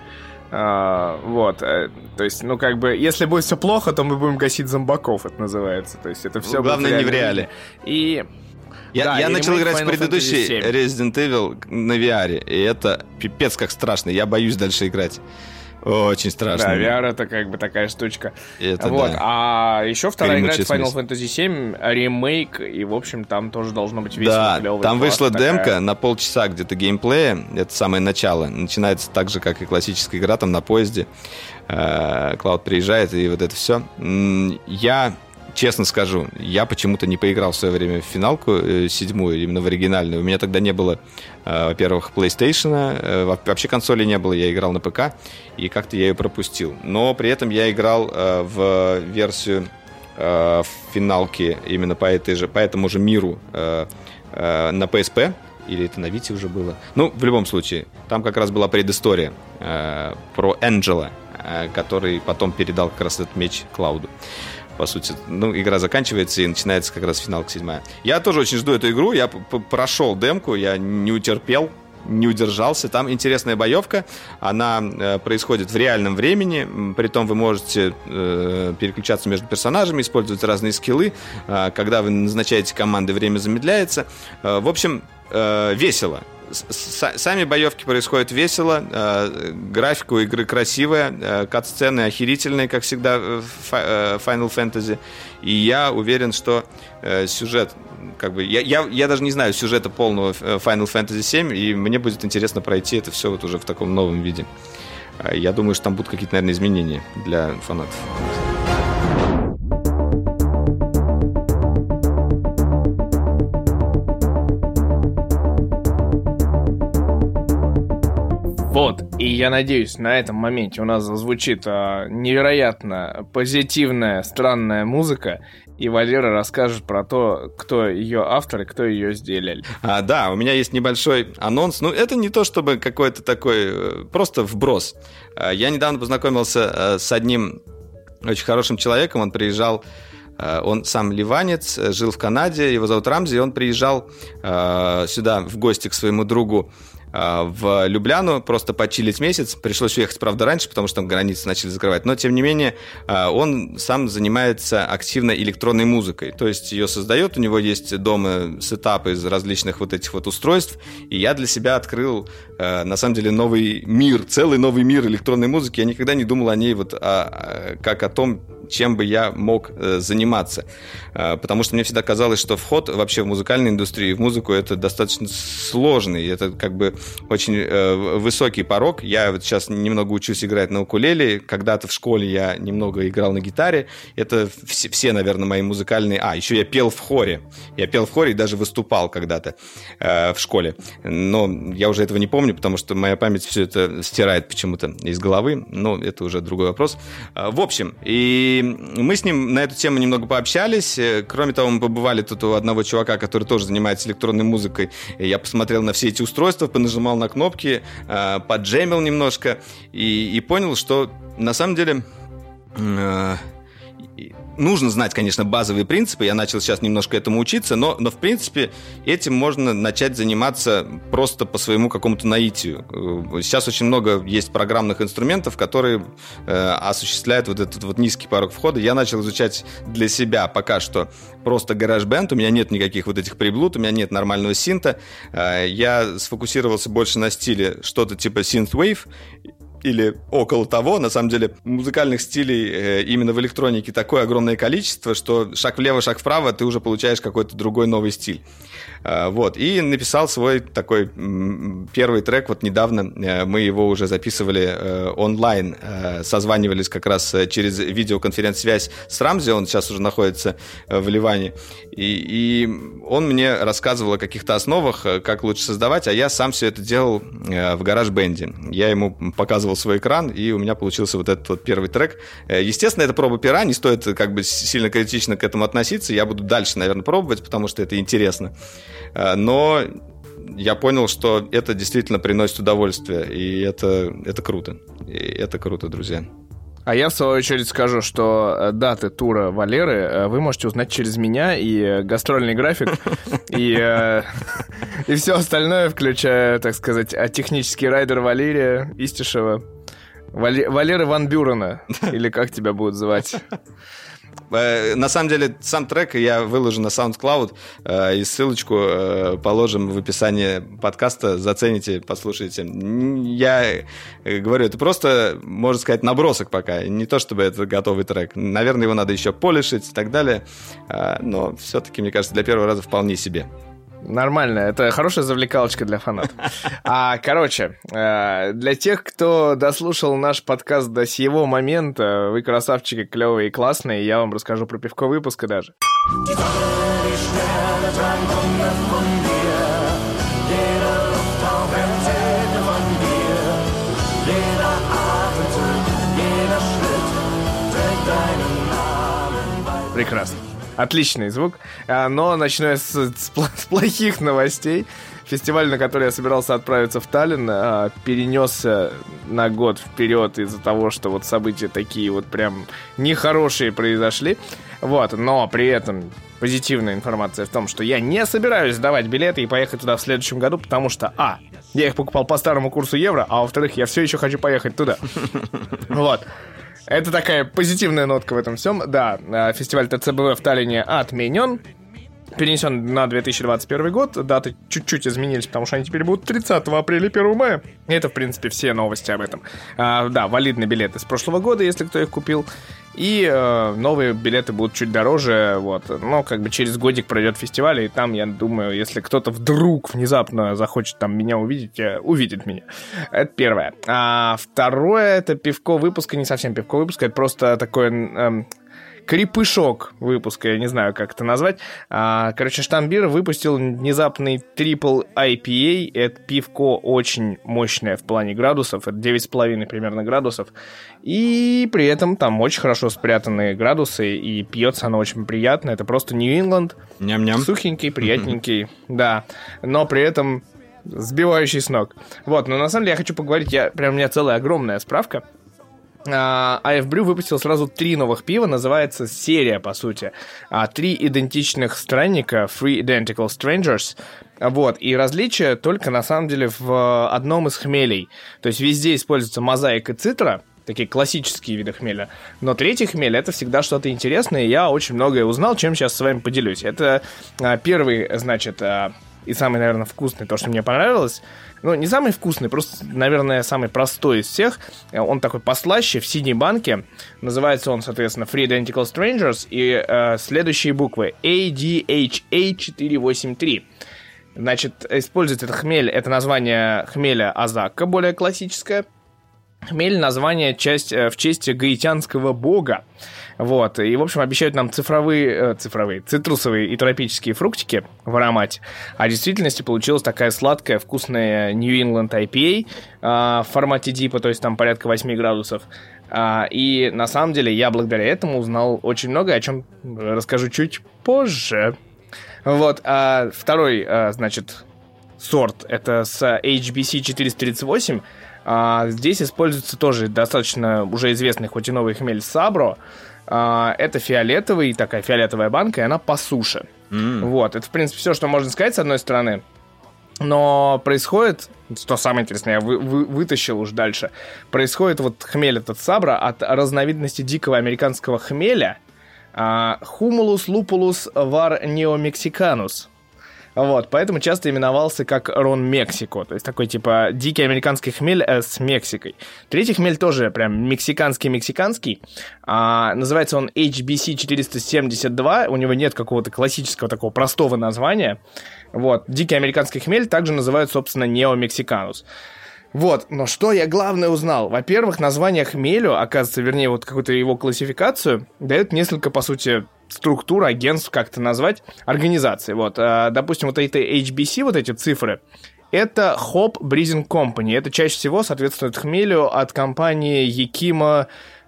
Вот, то есть, ну, как бы, если будет все плохо, то мы будем гасить зомбаков, это называется. То есть, это все. Главное, не в реале. И... Я начал играть в предыдущий Resident Evil на VR, и это пипец как страшно. Я боюсь дальше играть. Очень страшно. Да, VR это как бы такая штучка. Это вот. Да. А еще вторая игра Final Fantasy VII, ремейк, и, в общем, там тоже должно быть весело, клёво. Да, там вышла демка на полчаса где-то геймплея, это самое начало. Начинается так же, как и классическая игра, там на поезде. Клауд приезжает, и вот это все. Я... Честно скажу, я почему-то не поиграл в свое время в финалку 7-ю, именно в оригинальную. У меня тогда не было, во-первых, PlayStation, вообще консоли не было, я играл на ПК, и как-то я ее пропустил. Но при этом я играл в версию финалки именно по этому же миру на PSP, или это на Вите уже было. Ну, в любом случае, там как раз была предыстория про Энджела, который потом передал как раз этот меч Клауду. По сути, ну, игра заканчивается и начинается как раз финалка 7-я. Я тоже очень жду эту игру, я прошел демку, я не утерпел, не удержался. Там интересная боевка, она происходит в реальном времени, притом вы можете переключаться между персонажами, использовать разные скиллы. Когда вы назначаете команды, время замедляется. В общем, весело. Сами боевки происходят весело, графика у игры красивая, кат-сцены охерительные, как всегда в Final Fantasy. И я уверен, что сюжет, как бы, я даже не знаю сюжета полного Final Fantasy 7, и мне будет интересно пройти это все вот уже в таком новом виде. Я думаю, что там будут какие-то, наверное, изменения для фанатов. Вот, и я надеюсь, на этом моменте у нас зазвучит невероятно позитивная, странная музыка, и Валера расскажет про то, кто ее автор и кто ее сделали. Да, у меня есть небольшой анонс. Ну, это не то чтобы какой-то такой, просто вброс. Я недавно познакомился с одним очень хорошим человеком, он приезжал. Он сам ливанец, жил в Канаде, его зовут Рамзи, и он приезжал сюда в гости к своему другу в Любляну, просто почилить месяц. Пришлось уехать, правда, раньше, потому что там границы начали закрывать. Но, тем не менее, он сам занимается активно электронной музыкой. То есть ее создает, у него есть дома сетап из различных вот этих вот устройств. И я для себя открыл, на самом деле, новый мир, целый новый мир электронной музыки. Я никогда не думал о ней вот как о том, чем бы я мог заниматься. Потому что мне всегда казалось, что вход вообще в музыкальную индустрию, в музыку, это достаточно сложный. Это как бы очень высокий порог. Я вот сейчас немного учусь играть на укулеле. Когда-то в школе я немного играл на гитаре. Это все, наверное, мои музыкальные... еще я пел в хоре. Я пел в хоре и даже выступал когда-то в школе. Но я уже этого не помню, потому что моя память все это стирает почему-то из головы. Но это уже другой вопрос. В общем, и мы с ним на эту тему немного пообщались. Кроме того, мы побывали тут у одного чувака, который тоже занимается электронной музыкой. Я посмотрел на все эти устройства, понажимал на кнопки, поджемил немножко и понял, что на самом деле нужно знать, конечно, базовые принципы. Я начал сейчас немножко этому учиться, но в принципе, этим можно начать заниматься просто по своему какому-то наитию. Сейчас очень много есть программных инструментов, которые осуществляют вот этот вот низкий порог входа. Я начал изучать для себя пока что просто GarageBand. У меня нет никаких вот этих приблуд, у меня нет нормального синта. Я сфокусировался больше на стиле что-то типа Synthwave, или около того. На самом деле музыкальных стилей именно в электронике такое огромное количество, что шаг влево, шаг вправо, ты уже получаешь какой-то другой новый стиль. Вот. И написал свой такой первый трек. Вот недавно мы его уже записывали онлайн, созванивались как раз через видеоконференц-связь с Рамзи, он сейчас уже находится в Ливане. И он мне рассказывал о каких-то основах, как лучше создавать, а я сам все это делал в GarageBand. Я ему показывал свой экран, и у меня получился вот этот вот первый трек. Естественно, это проба пера, не стоит как бы сильно критично к этому относиться. Я буду дальше, наверное, пробовать, потому что это интересно. Но я понял, что это действительно приносит удовольствие, и это круто. И это круто, друзья. А я, в свою очередь, скажу, что даты тура Валеры вы можете узнать через меня, и гастрольный график, и все остальное, включая, так сказать, технический райдер Валерия Истишева. Валеры Ван Бюрена, или как тебя будут звать? На самом деле, сам трек я выложу на SoundCloud, и ссылочку положим в описании подкаста, зацените, послушайте. Я говорю, это просто, можно сказать, набросок пока, не то чтобы это готовый трек. Наверное, его надо еще полишить и так далее, но все-таки, мне кажется, для первого раза вполне себе. Нормально, это хорошая завлекалочка для фанатов. Короче, для тех, кто дослушал наш подкаст до сего момента, вы красавчики, клевые и классные, я вам расскажу про пивко выпуска даже. Прекрасно. Отличный звук, но начну я с плохих новостей. Фестиваль, на который я собирался отправиться в Таллин, перенесся на год вперед из-за того, что вот события такие вот прям нехорошие произошли. Вот, но при этом позитивная информация в том, что я не собираюсь сдавать билеты и поехать туда в следующем году, потому что, я их покупал по старому курсу евро, а во-вторых, я все еще хочу поехать туда. Вот. Это такая позитивная нотка в этом всем. Да, фестиваль ТЦБВ в Таллине отменен. Перенесен на 2021 год. Даты чуть-чуть изменились, потому что они теперь будут 30 апреля и 1 мая. И это, в принципе, все новости об этом. Да, валидные билеты с прошлого года, если кто их купил. И новые билеты будут чуть дороже, вот. Но как бы через годик пройдет фестиваль, и там, я думаю, если кто-то вдруг внезапно захочет там меня увидеть, увидит меня. Это первое. А второе, это пивко выпуска, не совсем пивко выпуска, это просто такой... крепышок выпуска, я не знаю, как это назвать. Короче, Штамбир выпустил внезапный Triple IPA. Это пивко очень мощное в плане градусов. Это 9,5 примерно градусов. И при этом там очень хорошо спрятаны градусы, и пьется оно очень приятно. Это просто New England. Ням-ням. Сухенький, приятненький. Да. Но при этом сбивающий с ног. Вот, но на самом деле я хочу поговорить. Прям у меня целая огромная справка. IF Brew выпустил сразу 3 новых пива, называется серия, по сути. 3 идентичных странника, Three Identical Strangers. Вот, и различие только, на самом деле, в одном из хмелей. То есть везде используется мозаик и цитра, такие классические виды хмеля. Но третий хмель — это всегда что-то интересное, и я очень многое узнал, чем сейчас с вами поделюсь. Это первый, значит... и самый, наверное, вкусный, то, что мне понравилось. Ну, не самый вкусный, просто, наверное, самый простой из всех. Он такой послаще, в синей банке. Называется он, соответственно, Three Identical Strangers. И следующие буквы ADHA483. Значит, используется этот хмель, это название хмеля Азака, более классическое. Хмель — название в честь гаитянского бога. Вот, и, в общем, обещают нам цитрусовые и тропические фруктики в аромате. А в действительности получилась такая сладкая, вкусная New England IPA в формате дипа, то есть там порядка 8 градусов. И на самом деле я благодаря этому узнал очень много, о чем расскажу чуть позже. Вот, второй, значит, сорт, это с HBC 438. Здесь используется тоже достаточно уже известный, хоть и новый хмель Сабро. Это фиолетовый, такая фиолетовая банка, и она по суше. Вот, это, в принципе, все, что можно сказать, с одной стороны. Но происходит, что самое интересное, я вытащил уж дальше. Происходит вот хмель этот Сабро от разновидности дикого американского хмеля Humulus lupulus var neomexicanus. Вот, поэтому часто именовался как Рон Мексико, то есть такой типа дикий американский хмель с Мексикой. Третий хмель тоже прям мексиканский, называется он HBC 472, у него нет какого-то классического такого простого названия. Вот, дикий американский хмель также называют, собственно, неомексиканус. Вот, но что я главное узнал? Во-первых, название хмелю, оказывается, вернее, вот какую-то его классификацию, дает несколько, по сути, структур, агентств, как это назвать, организаций. Вот, допустим, вот эти HBC, вот эти цифры, это Hop Breeding Company. Это чаще всего соответствует хмелю от компании Yakima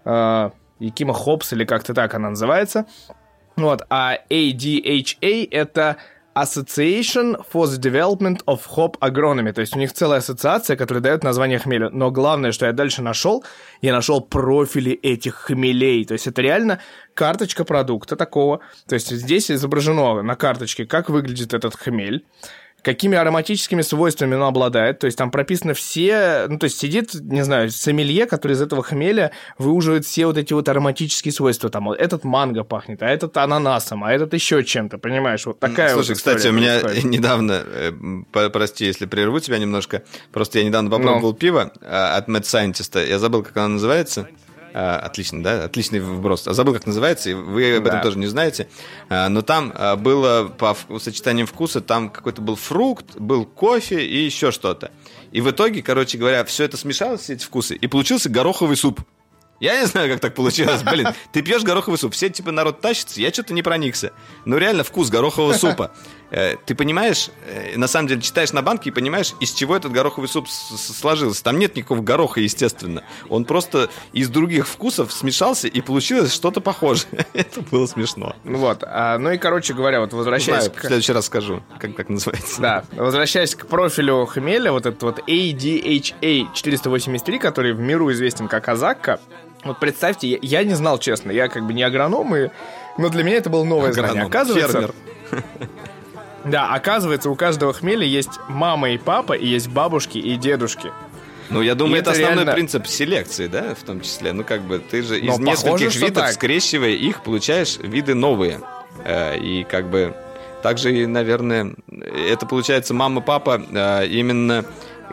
Hops, или как-то так она называется. Вот, а ADHA это Association for the Development of Hop Agronomy. То есть у них целая ассоциация, которая дает название хмелю. Но главное, что я дальше нашел, я нашел профили этих хмелей. То есть это реально карточка продукта такого. То есть здесь изображено на карточке, как выглядит этот хмель, какими ароматическими свойствами оно обладает. То есть там прописано все... Ну, то есть сидит, не знаю, сомелье, который из этого хмеля выуживает все вот эти вот ароматические свойства. Там вот этот манго пахнет, а этот ананасом, а этот еще чем-то, понимаешь? Вот такая Слушай, вот история. кстати, у меня недавно... Прости, если прерву тебя немножко. Просто я недавно попробовал пиво от Mad Scientist. Я забыл, как оно называется. Отлично, да? Отличный вброс. Забыл, как называется, и вы об этом тоже не знаете. Но там было по сочетаниям вкуса, там какой-то был фрукт, был кофе и еще что-то. И в итоге, короче говоря, все это смешалось, все эти вкусы, и получился гороховый суп. Я не знаю, как так получилось. Блин, ты пьешь гороховый суп, все типа народ тащится, я что-то не проникся. Ну реально вкус горохового супа. Ты понимаешь, на самом деле читаешь на банке и понимаешь, из чего этот гороховый суп сложился. Там нет никакого гороха, естественно. Он просто из других вкусов смешался, и получилось что-то похожее. Это было смешно. Вот. Ну и, короче говоря, вот возвращаясь... В следующий раз скажу, как называется. Да. Возвращаясь к профилю хмеля, вот этот вот ADHA 483, который в миру известен как Азакка. Вот представьте, я не знал, честно, я как бы не агроном, но для меня это было новое знание. Оказывается, фермер. Да, оказывается, у каждого хмеля есть мама и папа, и есть бабушки и дедушки. Ну, я думаю, это основной реально... принцип селекции, да, в том числе. Ну, как бы, ты же из нескольких видов, скрещивая их, получаешь виды новые. И как бы, также, и, наверное, это получается мама-папа именно...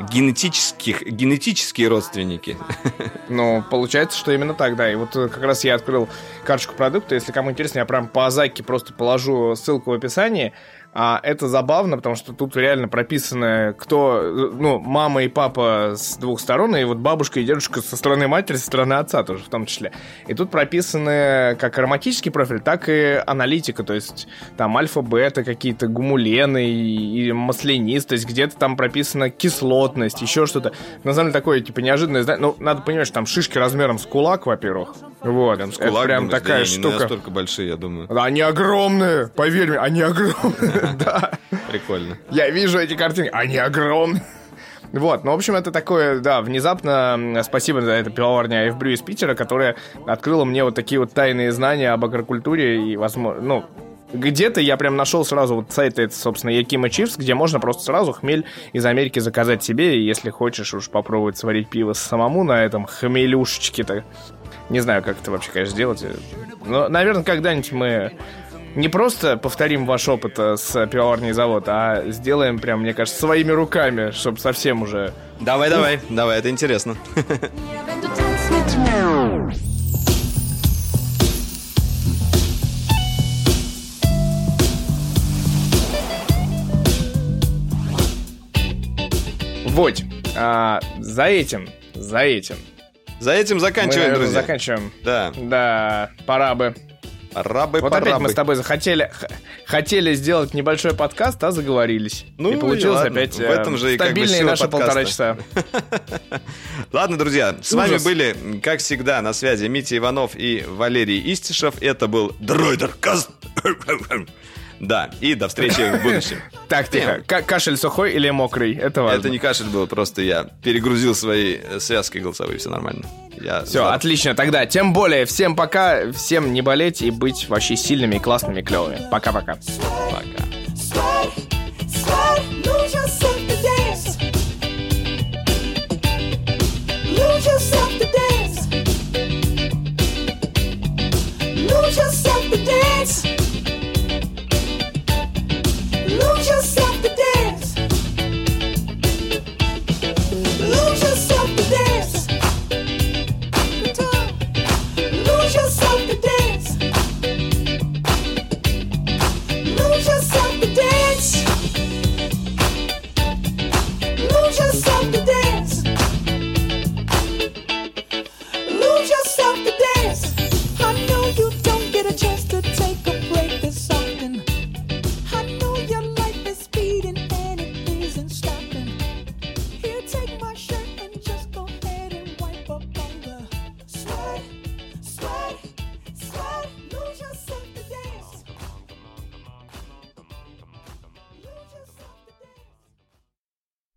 генетические родственники. Ну, получается, что именно так, да. И вот как раз я открыл карточку продукта. Если кому интересно, я прям по Азакке просто положу ссылку в описании. Это забавно, потому что тут реально прописано, кто, ну, мама и папа с двух сторон, и вот бабушка и дедушка со стороны матери, со стороны отца тоже в том числе. И тут прописаны как ароматический профиль, так и аналитика, то есть там альфа-бета, какие-то гумулены и маслянистость, где-то там прописана кислотность, еще что-то. На самом деле такое, типа, неожиданное знание. Ну, надо понимать, что там шишки размером с кулак, во-первых. Вот, прям, это прям такая штука. Не настолько большие, я думаю. Да, они огромные, поверь мне, они огромные. Да. Прикольно. Я вижу эти картинки, они огромные. Вот, ну, в общем, это такое, да, внезапно, спасибо за это пивоварня F-Brew из Питера, которая открыла мне вот такие вот тайные знания об агрокультуре и, возможно, ну, где-то я прям нашел сразу вот сайт, это, собственно, Yakima Chiefs, где можно просто сразу хмель из Америки заказать себе, и если хочешь уж попробовать сварить пиво самому на этом хмелюшечке-то. Не знаю, как это вообще, конечно, сделать. Но, наверное, когда-нибудь мы... Не просто повторим ваш опыт с пивоварней завод, а сделаем прям, мне кажется, своими руками, чтобы совсем уже... Давай, это интересно. Вот, за этим заканчиваем, друзья. Заканчиваем. Да, пора бы. Вот опять мы с тобой хотели сделать небольшой подкаст, а заговорились. Ну, и получилось ладно. опять в этом же стабильные наши подкаста. 1,5 часа. Ладно, друзья, с вами были, как всегда, на связи Митя Иванов и Валерий Истишев. Это был Дройдеркаст. Да, и до встречи в будущем. Так, тихо. Кашель сухой или мокрый? Это важно. Это не кашель был, просто я перегрузил свои связки голосовые, все нормально. Все, отлично. Тогда, тем более, всем пока, всем не болеть и быть вообще сильными, классными, клевыми. Пока-пока. Пока. Something